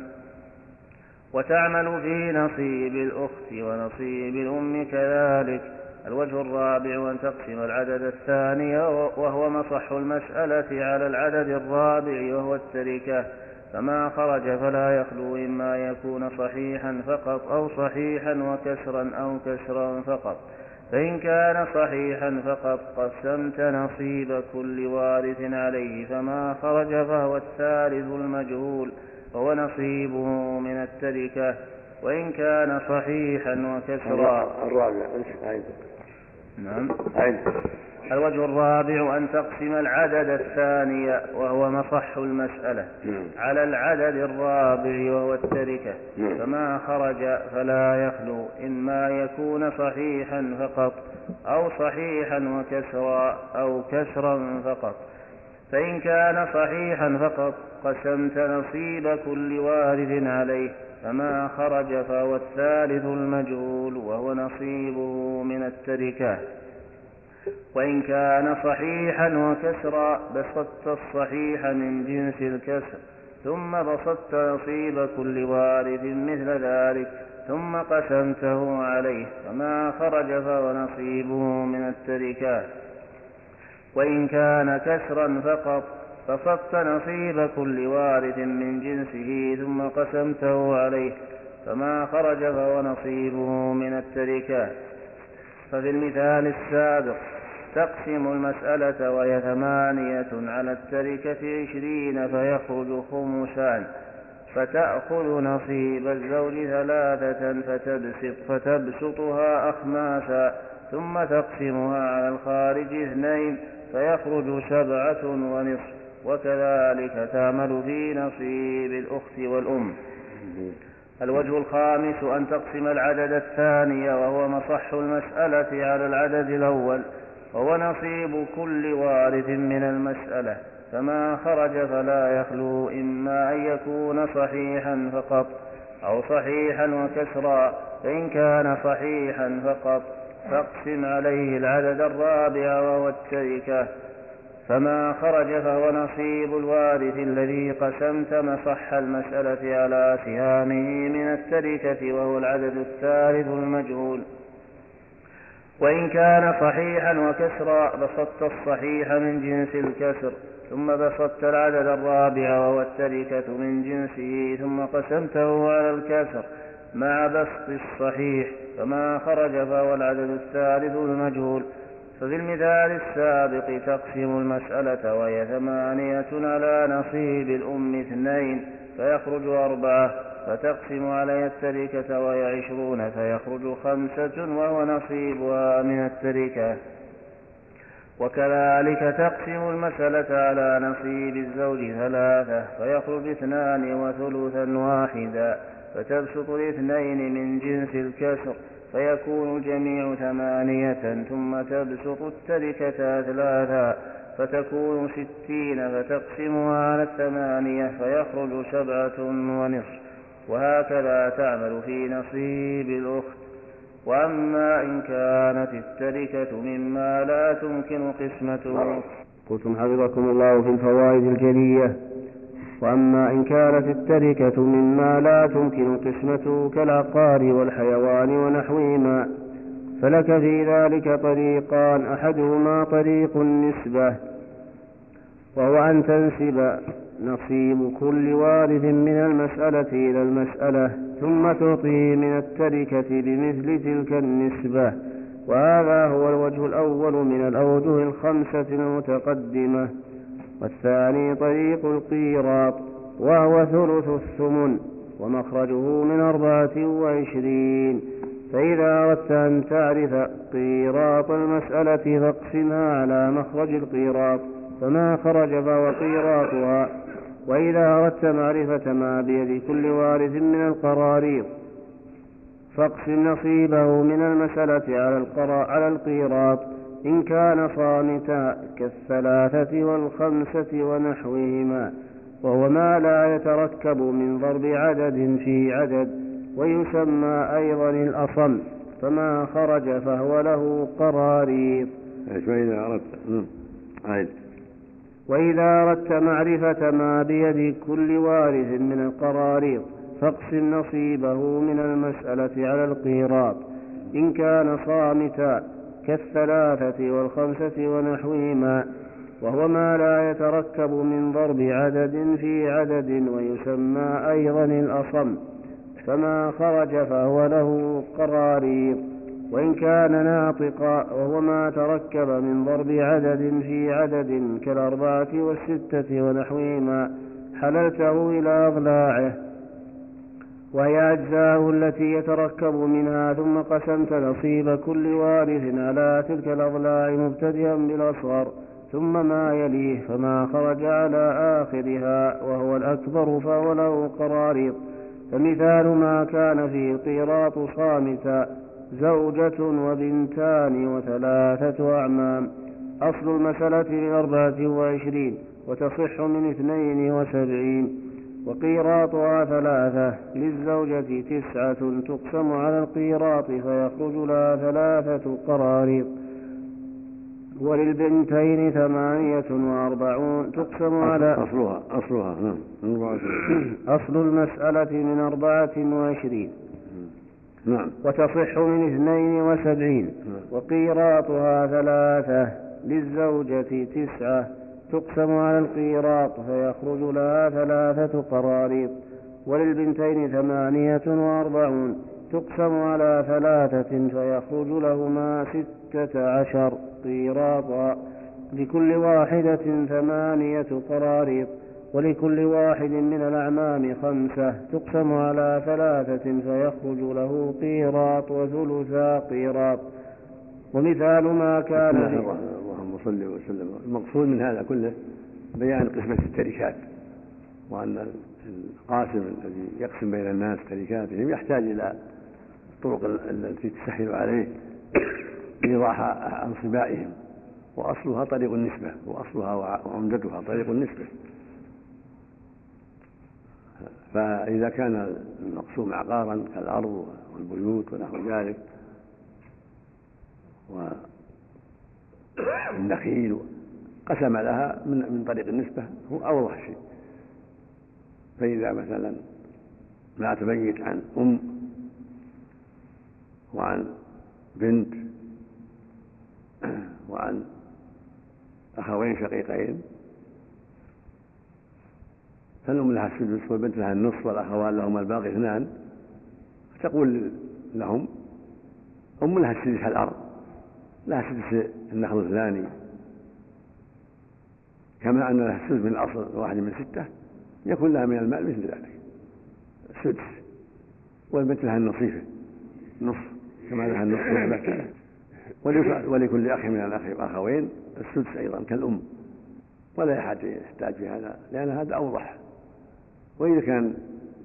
وتعمل في نصيب الأخت ونصيب الأم كذلك. الوجه الرابع أن تقسم العدد الثاني وهو مصح المسألة على العدد الرابع وهو التركة، فما خرج فلا يخلو إما يكون صحيحا فقط أو صحيحا وكسرا أو كسرا فقط. فإن كان صحيحا فقط قسمت نصيب كل وارث عليه، فما خرج فهو الثالث المجهول وهو نصيبه من التركة. وإن كان صحيحا وكسرا. الرابع نعم. عين. الوجه الرابع أن تقسم العدد الثاني وهو مصح المسألة على العدد الرابع وهو التركة، فما خرج فلا يخلو إما يكون صحيحا فقط أو صحيحا وكسرا أو كسرا فقط. فإن كان صحيحا فقط قسمت نصيب كل وارث عليه، فما خرج فهو الثالث المجهول وهو نصيبه من التركة. وإن كان صحيحا وكسرا بسطت الصحيح من جنس الكسر، ثم بسطت نصيب كل وارث مثل ذلك، ثم قسمته عليه، فما خرج فهو نصيبه من التركة. وإن كان كسرا فقط بسطت نصيب كل وارث من جنسه ثم قسمته عليه، فما خرج فهو نصيبه من التركة. ففي المثال السابق تقسم المسألة وهي ثمانية على التركة عشرين فيخرج خمسان، فتأخذ نصيب الزوج ثلاثة فتبسط فتبسطها أخماسا، ثم تقسمها على الخارج اثنين فيخرج سبعة ونصف. وكذلك تعمل في نصيب الأخت والأم. الوجه الخامس أن تقسم العدد الثاني وهو مصح المسألة على العدد الأول وهو نصيب كل وارث من المسألة، فما خرج فلا يخلو إما أن يكون صحيحا فقط أو صحيحا وكسرا. فإن كان صحيحا فقط فاقسم عليه العدد الرابع وهو التركة، فما خرج فهو نصيب الوارث الذي قسمت مصح المسألة على سهامه من التركة وهو العدد الثالث المجهول. وإن كان صحيحا وكسرا بسطت الصحيح من جنس الكسر، ثم بسطت العدد الرابع وهو التركة من جنسه ثم قسمته على الكسر مع بسط الصحيح، فما خرج فهو العدد الثالث المجهول. ففي المثال السابق تقسم المسألة وهي ثمانية على نصيب الأم اثنين فيخرج أربعة، فتقسم عليها التركة وهي عشرون فيخرج خمسة وهو نصيبها من التركة. وكذلك تقسم المسألة على نصيب الزوج ثلاثة فيخرج اثنان وثلثا واحدا، فتبسط الاثنين من جنس الكسر فيكون الجميع ثمانية، ثم تبسط التركة ثلاثا فتكون ستين فتقسمها على الثمانية فيخرج سبعة ونصف. وهكذا تعمل في نصيب الأخت. وأما إن كانت التركة مما لا تمكن قسمته. قلتم حفظكم الله في الفوائد الجلية: وأما إن كانت التركة مما لا تمكن قسمته كالعقار والحيوان ونحوهما فلك في ذلك طريقان: أحدهما طريق النسبة، وهو أن تنسب نصيب كل وارث من المسألة إلى المسألة ثم تعطيه من التركة بمثل تلك النسبة، وهذا هو الوجه الأول من الأوجه الخمسة المتقدمة. والثاني طريق القيراط، وهو ثلث الثمن، ومخرجه من أربعة وعشرين. فإذا أردت أن تعرف قيراط المسألة فاقسمها على مخرج القيراط، فما خرج فهو قيراطها. وإذا أردت معرفة ما بيد كل وارث من القراريط فاقسم نصيبه من المسألة على القيراط إن كان صامتا كالثلاثة والخمسة ونحوهما، وهو ما لا يتركب من ضرب عدد في عدد، ويسمى أيضا الأصم، فما خرج فهو له قراريط. وإذا أردت عيد وإذا أردت معرفة ما بيد كل وارث من القراريط فاقسم نصيبه من المسألة على القيراط إن كان صامتا كالثلاثة والخمسة ونحوهما، وهو ما لا يتركب من ضرب عدد في عدد، ويسمى أيضا الأصم، فما خرج فهو له قراريط. وإن كان ناطقا وهو ما تركب من ضرب عدد في عدد كالأربعة والستة ونحوهما حللته إلى أضلاعه، وهي أجزاء التي يتركب منها، ثم قسمت نصيب كل وارث على تلك الأضلاع مبتدئا بالأصغر ثم ما يليه، فما خرج على آخرها وهو الأكبر فهو له قراريط. فمثال ما كان فيه قيراط صامتا زوجة وبنتان وثلاثة أعمام. أصل المسألة من أربعة وعشرين وتصح من اثنين وسبعين، وقيراطها ثلاثة، للزوجة تسعة تقسم على القيراط فيخرج لها ثلاثة قراريط، وللبنتين ثمانية وأربعون تقسم على أصلها أصلها نعم أصل المسألة من أربعة وعشرين نعم وتصح من اثنين وسبعين، وقيراطها ثلاثة، للزوجة تسعة تقسم على القيراط فيخرج لها ثلاثة قراريط، وللبنتين ثمانية وأربعون تقسم على ثلاثة فيخرج لهما ستة عشر قيراطا، لكل واحدة ثمانية قراريط، ولكل واحد من الأعمام خمسة تقسم على ثلاثة فيخرج له قيراط وثلثا قيراط. ومثال ما كان اللهم صل وسلم. المقصود من هذا كله بيان قسمة التركات، وأن القاسم الذي يقسم بين الناس تركاتهم يحتاج إلى الطرق التي تسهل عليه إيضاح أنصبائهم، وأصلها طريق النسبة، وأصلها وعمدتها طريق النسبة. فإذا كان المقسوم عقارا كالأرض والبيوت ونحو ذلك والنخيل قسم لها من طريق النسبة هو أوضح شيء. فإذا مثلا مات ميت عن أم وعن بنت وعن أخوين شقيقين، فالأم لها السدس والبنت لها النصف والأخوان لهما الباقي اثنان، فتقول لهم أم لها السدس على الأرض، لها سدس النخل الثاني، كما أن لها السدس من الأصل واحد من ستة، يكون لها من المال مثل ذلك السدس، والبنت لها النصيفة نصف كما لها النصف من الباقي، ولكل أخ من الأخوين السدس أيضا كالأم، ولا يحتاج في هذا لأن هذا أوضح. وإذا كان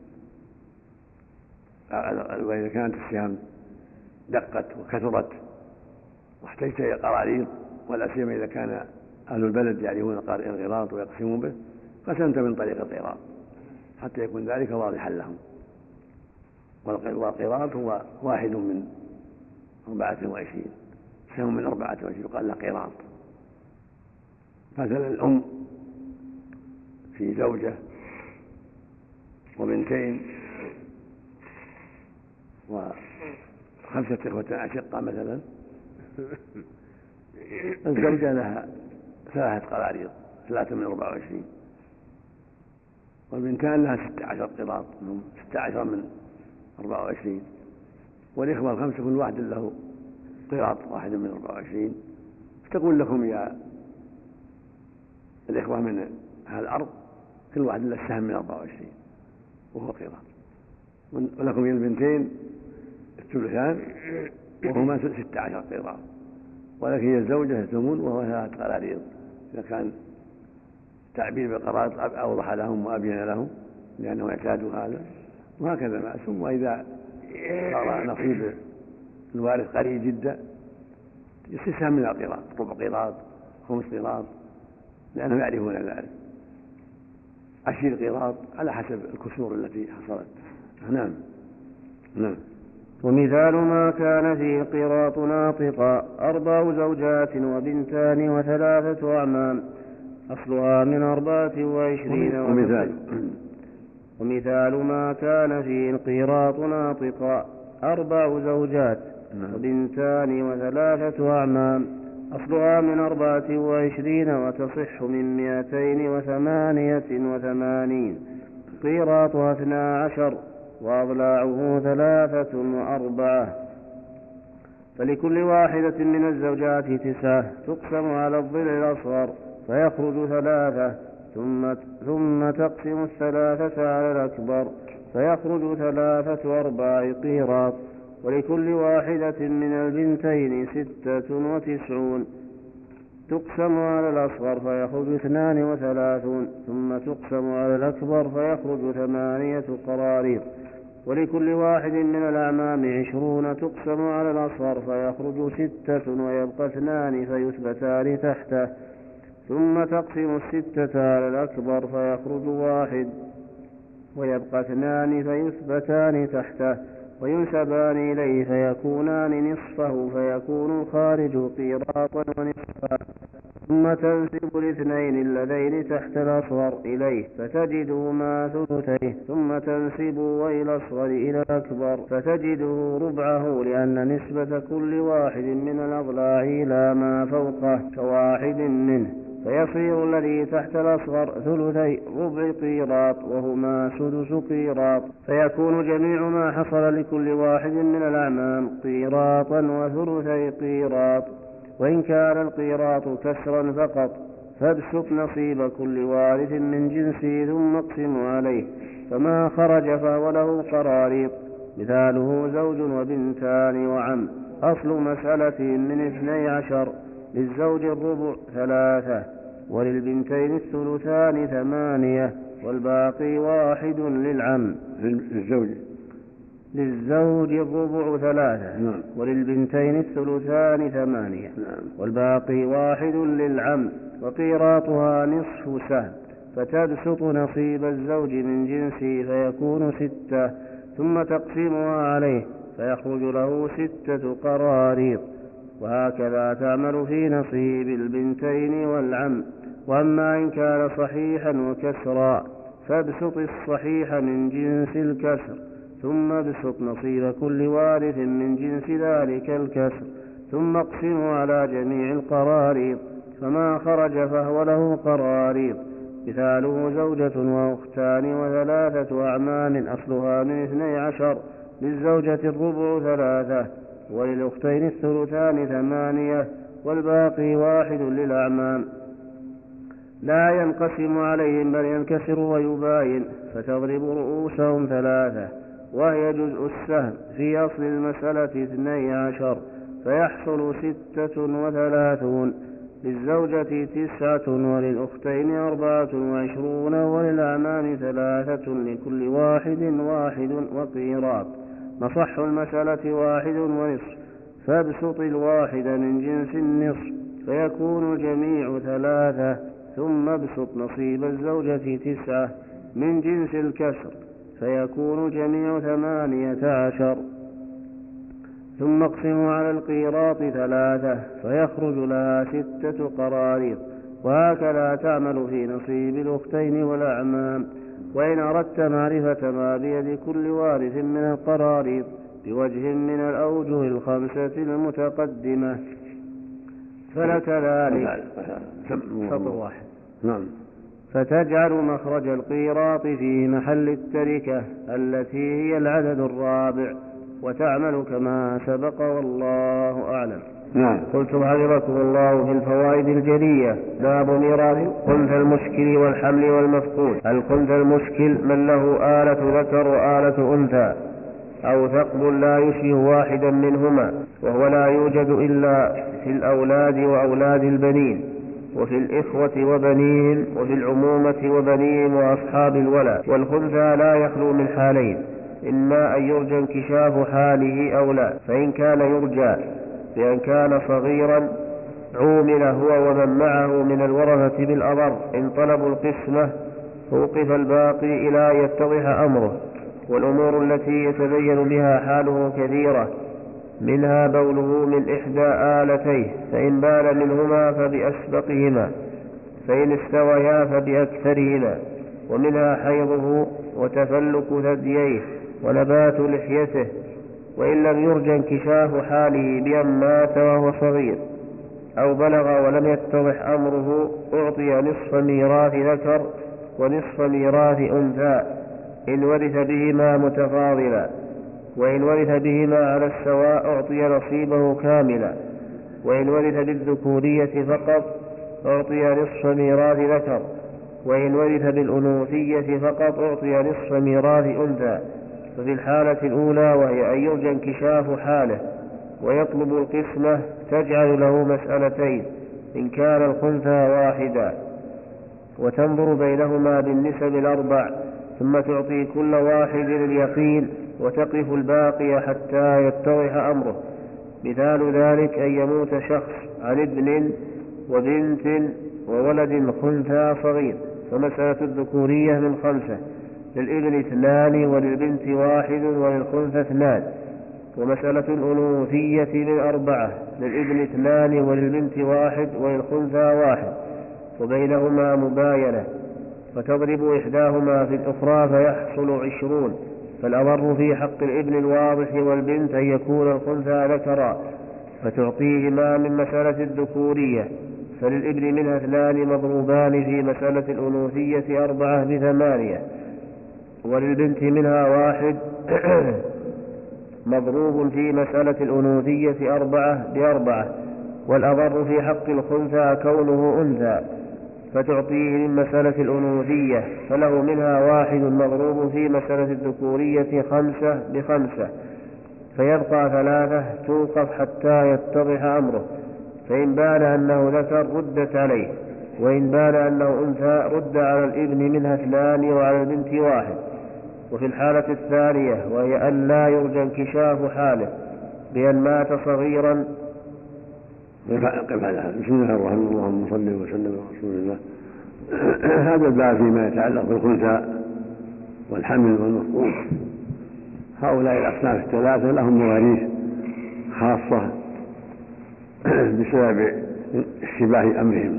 وإذا كانت السهام دقت وكثرت واحتجت إلى قراريط، ولا سيما إذا كان أهل البلد يعرفون القراط ويقسمون به، قسمت من طريق القراط حتى يكون ذلك واضحا لهم. والقراط هو واحد من أربعة وعشرين، سهم من أربعة وعشرين يقال له قراط. مثلا الأم في زوجة وبنتين وخمسة إخوة أشقة مثلا، الزوجة لها ثلاثة قراريط، ثلاثة من أربعة وعشرين، والبنتان لها ستة عشر قراط، ستة عشر من أربعة وعشرين، والإخوة الخمسة كل واحد له قراط واحد من أربعة وعشرين. فتقول لكم يا الإخوة من أهل الأرض كل واحد له السهم من أربعة وعشرين وهو قراط، ولكم يا البنتين الثلثان وهما ستة عشر قراط، ولكن هي الزوجة الثمن وهو ثلاثة قراريط. إذا كان تعبير بالقراط أوضح لهم وأبين لهم لأنه اعتادوا هذا، وهكذا معسوم. وإذا صار نصيب الوارث قليل جدا يصير سهم من القراط، ربع قراط، خمس قراط، لأنهم يعرفون ذلك، عشر قراط على حسب الكسور التي حصلت. نعم. نعم. ومثال ما كان فيه القيراط ناطقا أربع زوجات وبنتان وثلاثة أعمام أصلها من أربعة وعشرين. ومثال ومثال ما كان فيه القيراط ناطقا أربع زوجات وبنتان وثلاثة أعمام أصلها من أربعة وعشرين وتصح من مئتين وثمانية وثمانين قيراطها اثنا عشر وأضلاعه ثلاثة وأربعة. فلكل واحدة من الزوجات تسعة تقسم على الضلع الأصغر فيخرج ثلاثة ثم ثم تقسم الثلاثة على الأكبر فيخرج ثلاثة أرباع قيراط. ولكل واحدة من البنتين ستة وتسعون تقسم على الأصغر فيخرج اثنان وثلاثون ثم تقسم على الأكبر فيخرج ثمانية قراريط. ولكل واحد من الأعمام عشرون تقسم على الأصغر فيخرج ستة ويبقى اثنان فيثبتان تحته ثم تقسم الستة على الأكبر فيخرج واحد ويبقى اثنان فيثبتان تحته وينسبان إليه فيكونان نصفه فيكون الخارج قيراطا ونصفا. ثم تنسب الاثنين اللذين تحت الأصغر إليه فتجدهما ثلثيه ثم تنسب وإلى الأصغر إلى الأكبر فتجده ربعه لأن نسبة كل واحد من الأضلاع إلى ما فوقه كواحد منه فيصير الذي تحت الأصغر ثلثي ربع قيراط وهما سدس قيراط فيكون جميع ما حصل لكل واحد من الأعمام قيراطا وثلثي قيراط. وإن كان القيراط كسرا فقط فابسط نصيب كل وارث من جنسه ثم اقسم عليه فما خرج فهو له قراريط. مثاله زوج وبنتان وعم أصل مسألة من اثني عشر للزوج الربع ثلاثة وللبنتين الثلثان ثمانية والباقي واحد للعم. للزوج للزوج الربع ثلاثة نعم. وللبنتين الثلثان ثمانية نعم. والباقي واحد للعم. وقيراطها نصف سهم فتبسط نصيب الزوج من جنسه فيكون ستة ثم تقسمها عليه فيخرج له ستة قراريط. وهكذا تعمل في نصيب البنتين والعم. وأما إن كان صحيحا وكسرا فابسط الصحيح من جنس الكسر ثم ابسط نصيب كل وارث من جنس ذلك الكسر ثم اقسمه على جميع القراريط فما خرج فهو له قراريط. مثاله زوجة وأختان وثلاثة أعمام أصلها من اثني عشر للزوجة الربع ثلاثة وللأختين الثلثان ثمانية والباقي واحد للأعمام. لا ينقسم عليهم بل ينكسر ويباين فتضرب رؤوسهم ثلاثة وهي جزء السهم في أصل المسألة اثني عشر فيحصل ستة وثلاثون للزوجة تسعة وللأختين أربعة وعشرون وللأعمام ثلاثة لكل واحد واحد وقيراط. مصح المسألة واحد ونصف فابسط الواحد من جنس النصف فيكون الجميع ثلاثة ثم ابسط نصيب الزوجة تسعة من جنس الكسر فيكون الجميع ثمانية عشر ثم اقسم على القيراط ثلاثة فيخرج لها ستة قراريط. وهكذا تعمل في نصيب الأختين والأعمام. وإن أردت معرفة ما بيد كل وارث من القراريط بوجه من الأوجه الخمسة المتقدمة فلك ذلك سطر واحد نعم. فتجعل مخرج القيراط في محل التركة التي هي العدد الرابع وتعمل كما سبق والله أعلم. نعم. قلت حفظكم الله في الفوائد الجلية باب ميراث الخنث المشكل والحمل والمفقود. الخنث المشكل من له آلة ذكر وآلة أنثى أو ثقب لا يشبه واحدا منهما وهو لا يوجد إلا في الأولاد وأولاد البنين وفي الإخوة وبنيهم وفي العمومة وبنيهم وأصحاب الولد. والخنثى لا يخلو من حالين إما أن يرجى انكشاف حاله أو لا فإن كان يرجى بأن كان صغيرا عومل هو ومن معه من الورثة بالأضر إن طلبوا القسمة فوقف الباقي إلى يتضح أمره والأمور التي يتبين بها حاله كثيرة، منها بوله من إحدى آلتيه فإن بال منهما فبأسبقهما، فإن استويا فبأكثرهما، ومنها حيضه وتفلك ثدييه ونبات لحيته، وإن لم يرجى انكشاف حاله بأن مات وهو صغير أو بلغ ولم يتضح أمره أعطي نصف ميراث ذكر ونصف ميراث أنثى إن ورث بهما متفاضلا، وإن ورث بهما على السواء أعطي نصيبه كاملا، وإن ورث بالذكورية فقط أعطي نصف ميراث ذكر، وإن ورث بالأنوثية فقط أعطي نصف ميراث أنثى. ففي الحالة الأولى وهي أن يرجى انكشاف حاله ويطلب القسمة تجعل له مسألتين إن كان الخنثى واحدا، وتنظر بينهما بالنسب الأربع، ثم تعطي كل واحد اليقين وتقف الباقي حتى يتضح أمره. مثال ذلك أن يموت شخص عن ابن وبنت وولد خنثى صغير، فمسألة الذكورية من خمسة، للابن اثنان وللبنت واحد وللخنثى اثنان، ومسألة الأنوثية من أربعة، للابن اثنان وللبنت واحد وللخنثى واحد، وبينهما مباينة، فتضرب إحداهما في الأخرى فيحصل عشرون، فالأضر في حق الابن الواضح والبنت أن يكون الخنثى ذكرا فتعطيهما من مسألة الذكورية، فللابن منها اثنان مضروبان في مسألة الأنوثية أربعة بثمانية، وللبنت منها واحد مضروب في مسألة الأنوثية أربعة بأربعة، والأضر في حق الخنثى كونه أنثى فتعطيه من مسألة الأنوثية، فله منها واحد مضروب في مسألة الذكورية خمسة بخمسة، فيبقى ثلاثة توقف حتى يتضح أمره، فإن بان أنه ذكر ردت عليه، وإن بان أنه أنثى رد على الابن منها اثنان وعلى البنت واحد. وفي الحالة الثانية وهي أن لا يرجى انكشاف حاله بأن مات صغيرا. بسم الله الرحمن الرحيم، اللهم صل وسلم على رسول الله. هذا الباب فيما يتعلق بالخنثى والحمل والمفقود، هؤلاء الأصناف الثلاثة لهم مواريث خاصة بسبب اشتباه أمرهم.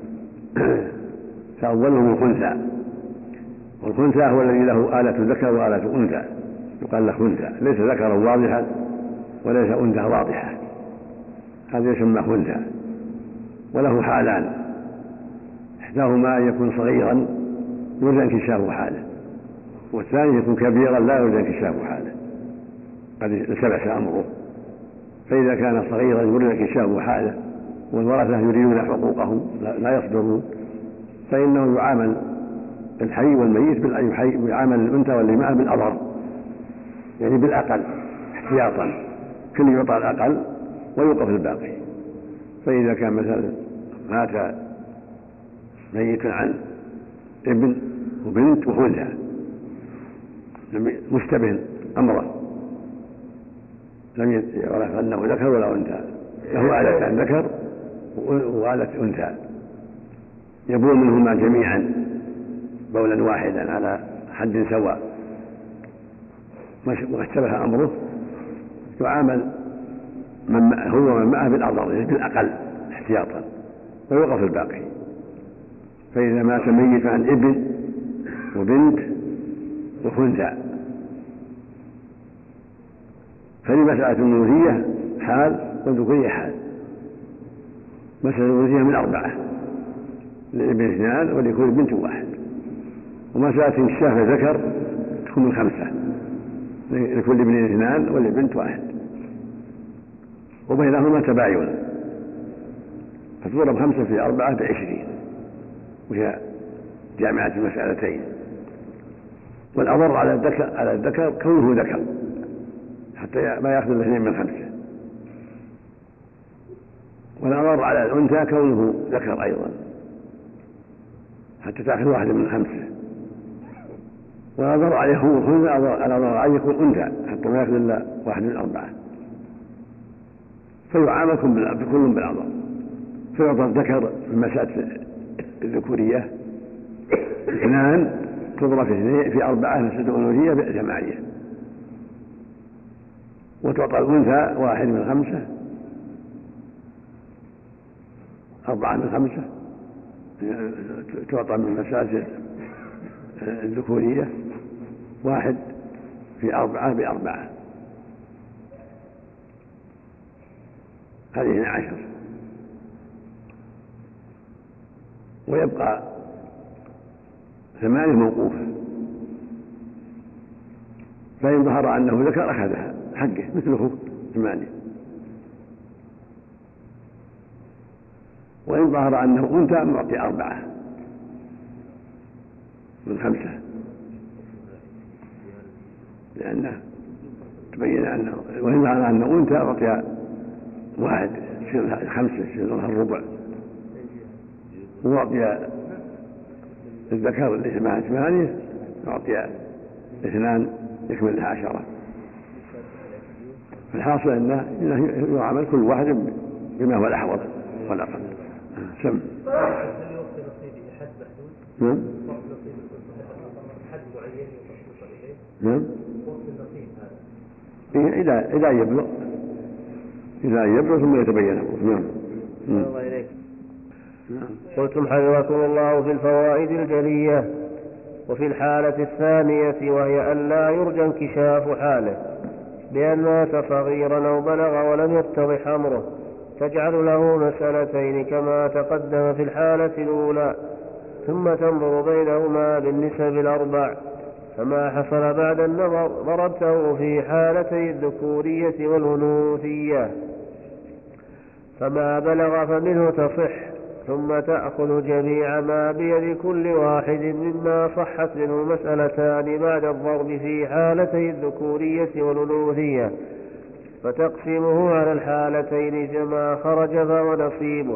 فأولهم الخنثى، والخنثى هو الذي له آلة ذكر وآلة أنثى، يقال له خنثى، ليس ذكرا واضحا وليس أنثى واضحة، هذا يسمى خنثى، وله حالان، إحداهما أن يكون صغيرا يرجى انكشاف حاله، والثاني يكون كبيرا لا يرجى انكشاف حاله، قد انسبس أمره. فإذا كان صغيرا يرجى انكشاف حاله والورثة يريدون حقوقهم لا يصدرون، فإنه يعامل الحي والميت يعامل الأنثى والإماء بالأضر، يعني بالأقل احتياطا، كل يعطى الأقل ويوقف الباقي. فإذا كان مثلا مات ميت عن ابن وبنت وخنثى مشتبه أمره، لم يعرف أنه ذكر ولا أنثى، له آلتان ذكر وآلة أنثى، يبول منهما جميعا بولا واحدا على حد سواء، ما اشتبه أمره يعامل من هو من معه بالأضر، يعني بالأقل احتياطا، ويوقف الباقي. فإذا مات ميت عن ابن وبنت وخنثى فلمسألة الأنوثية حال والذكورية حال. مسألة الأنوثية من أربعة، للابن اثنان ولكل بنت واحد، ومسألة انكشاف الذكر تكون من خمسة، لكل ابن اثنان ولبنت واحد، وبينهما تباين، فتضرب خمسة في أربعة بعشرين، وهي جامعة المسألتين. والأضر على الذكر على الذكر كونه ذكر حتى ما يأخذ الاثنين من خمسة، والأضر على الأنثى كونه ذكر أيضا حتى تأخذ واحد من خمسة، والأضر عليه هو الخنثى الأضر عليه يكون أنثى حتى ما يأخذ إلا واحد من أربعة، فيعامل كل بالأضر، فيعطى الذكر في مسألة الذكورية اثنان تضرب في اثنين في أربعة مسألة الألوهية بثمانية، وتعطى الأنثى واحد من خمسة، أربعة من خمسة تعطى من مسألة الذكورية، واحد في أربعة بأربعة، هذه اثنى عشر. ويبقى ثمانية موقوفة، فإن ظهر أنه ذكر أخذها حقه مثله ثمانية، وإن ظهر أنه أنثى معطي أربعة من خمسة، لأنه تبين أنه وإن ظهر أنه أنثى أعطي واحد يصير خمسة يصير لها الربع، وأعطي الذكر اللي معه ثمانية أعطي اثنان يكمل لها عشرة. فالحاصل أنه يعمل كل واحد بما هو الأحوط والأقل. سم. نعم. نعم. إذا إذا يبلغ إذا يبلغ ثم يتبين أبوه. نعم. نعم. قلتم حفظكم الله في الفوائد الجلية. وفي الحالة الثانية وهي أن لا يرجى انكشاف حاله بأن مات صغيرا أو بلغ ولم يتضح أمره، تجعل له مسألتين كما تقدم في الحالة الأولى، ثم تنظر بينهما بالنسب الأربع، فما حصل بعد النظر ضربته في حالتي الذكورية والأنوثية، فما بلغ فمنه تصح، ثم تأخذ جميع ما بيد كل واحد مما صحت منه المسألتان بعد الضرب في حالتي الذكورية والأنوثية، فتقسمه على الحالتين كما خرج فهو نصيبه.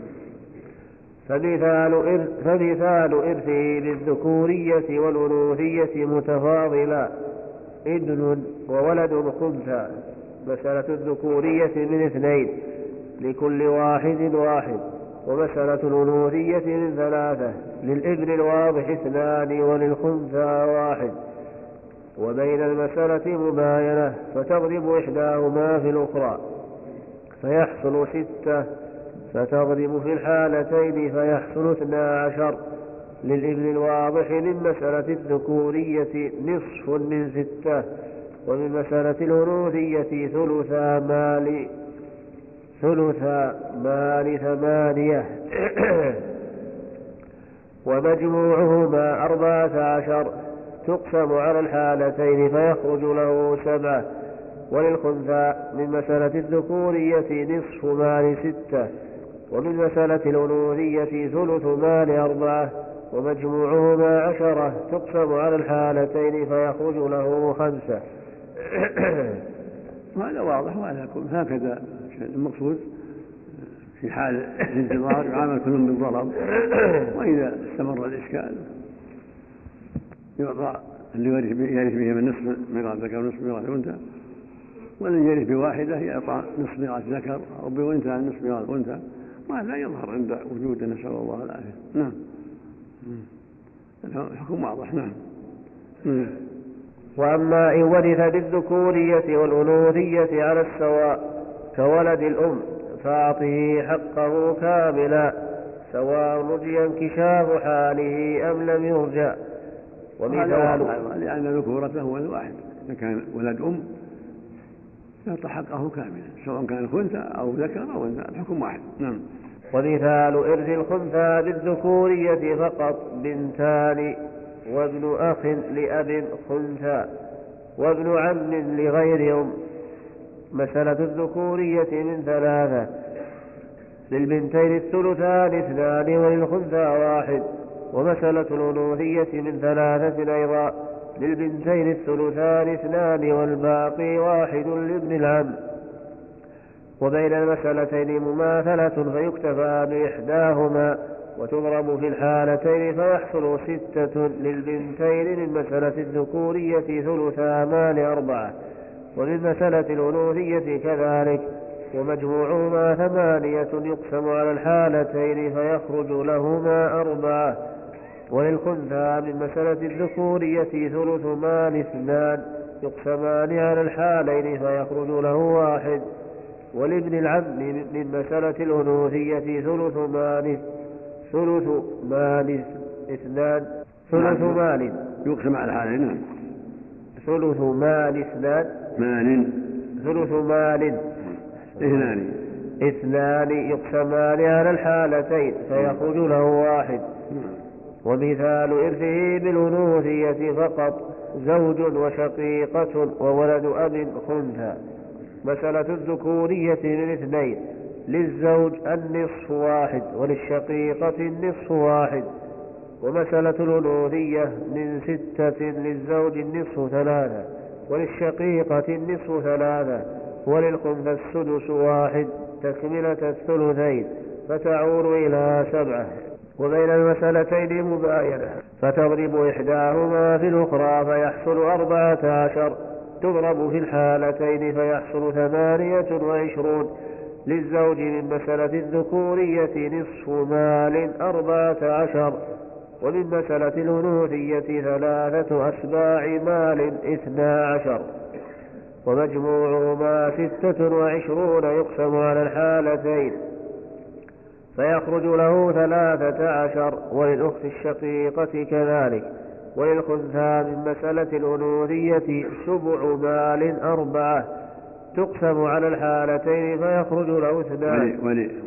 فمثال إرث فمثال إرثه للذكورية والأنوثية متفاضلا، ابن وولد خنثى، مسألة الذكورية من اثنين لكل واحد واحد، ومسألة الأنوثية من ثلاثة للابن الواضح اثنان وللخنثى واحد، وبين المسألة مباينة فتضرب إحداهما في الأخرى فيحصل ستة، فتضرب في الحالتين فيحصل اثنا عشر. للابن الواضح من مسألة الذكورية نصف من ستة، ومن مسألة الأنوثية ثلثا مال ثلثا مال ثمانية ومجموعهما أربعة عشر، تقسم على الحالتين فيخرج له سبعة. وللخنثى من مسألة الذكورية نصف مال ستة، ومن مسألة الأنوثية ثلث مال أربعة، ومجموعهما عشرة، تقسم على الحالتين فيخرج له خمسة. وهذا واضح وهذا هكذا المقصود في حال الانتظار يعامل كل بالضرب، وإذا استمر الإشكال يعطى اللي يرث به من نصف ميراث ذكر ونصف ميراث أنثى، والذي يرث بواحدة يعطى نصف ميراث ذكر أو بأنثى نصف ميراث أنثى، وهذا يظهر عند وجود نسأل الله العافية. نعم. الحكم واضح. نعم. وأما إن ورث بالذكورية والأنوثية على السواء كولد الأم فأعطه حقه كاملا، سواء رجي انكشاف حاله أم لم يرجى. ومثال لأن ذكورته هو الواحد، إذا كان ولد أم يعطى حقه كاملا سواء كان خنثى أو ذكر أو أنثى، الحكم واحد. نعم. ومثال إرث الخنثى بالذكورية فقط بنتان وابن أخ لأب خنثى وابن عم لغير أم. مسألة الذكورية من ثلاثة، للبنتين الثلثان اثنان وللخنثى واحد. ومسألة الأنوثية من ثلاثة أيضا، للبنتين الثلثان اثنان والباقي واحد لابن العم. وبين المسألتين مماثلة فيكتفى بإحداهما وتضرب في الحالتين فيحصل ستة، للبنتين من مسألة الذكورية ثلثا مال أربعة، ومن مسألة الأنوثية كذلك، ومجموعهما ثمانية يقسم على الحالتين فيخرج لهما أربعة، وللخنثى من مسألة الذكورية ثلث مال اثنان يقسمان على الحالين فيخرج له واحد. ولابن العم من مسألة الأنوثية ثلث مال ثلث مال اثنان ثلث مال يقسم على الحالين. نعم. ثلث مال اثنان مال ثلث مال اثنان اثنان يقسمان على الحالتين فيخرج له واحد. ومثال إرثه بالأنوثية فقط زوج وشقيقة وولد أب خنثى. مسألة الذكورية من اثنين للزوج النصف واحد وللشقيقة النصف واحد. ومسألة الأنوثية من ستة للزوج النصف ثلاثة وللشقيقة النصف ثلاثة وللخنثى السدس واحد تكملة الثلثين فتعود إلى سبعة. وبين المسألتين مباينة فتضرب إحداهما في الأخرى فيحصل أربعة عشر تضرب في الحالتين فيحصل ثمانية وعشرون. للزوج من مسألة الذكورية نصف مال أربعة عشر ومن مسألة الأنوثية ثلاثة أسباع مال اثنا عشر ومجموعهما ستة وعشرون يقسم على الحالتين فيخرج له ثلاثة عشر. وللأخت الشقيقة كذلك. وللخنثى من مسألة الأنوثية سبع مال أربعة تقسم على الحالتين فيخرج له اثنان.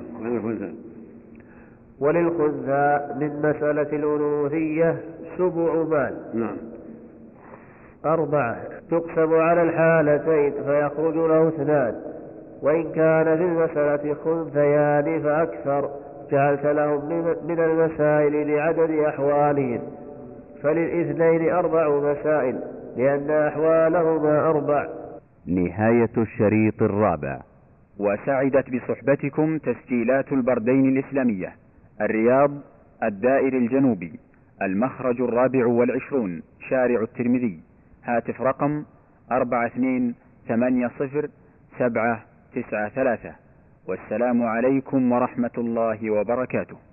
وللخنثى من مسألة الأنوثية سبع مال نعم أربعة تقسم على الحالتين فيخرج له اثنان. وإن كان في المسألة خنثيان فأكثر جعلت لهم من المسائل لعدد أحوالهم. فللإثنين أربع مسائل لأن أحوالهما أربع. نهاية الشريط الرابع. وسعدت بصحبتكم تسجيلات البردين الإسلامية، الرياض، الدائر الجنوبي، المخرج الرابع والعشرون، شارع الترمذي. هاتف رقم أربعة اثنين ثمانية صفر سبعة تسعة ثلاثة. والسلام عليكم ورحمة الله وبركاته.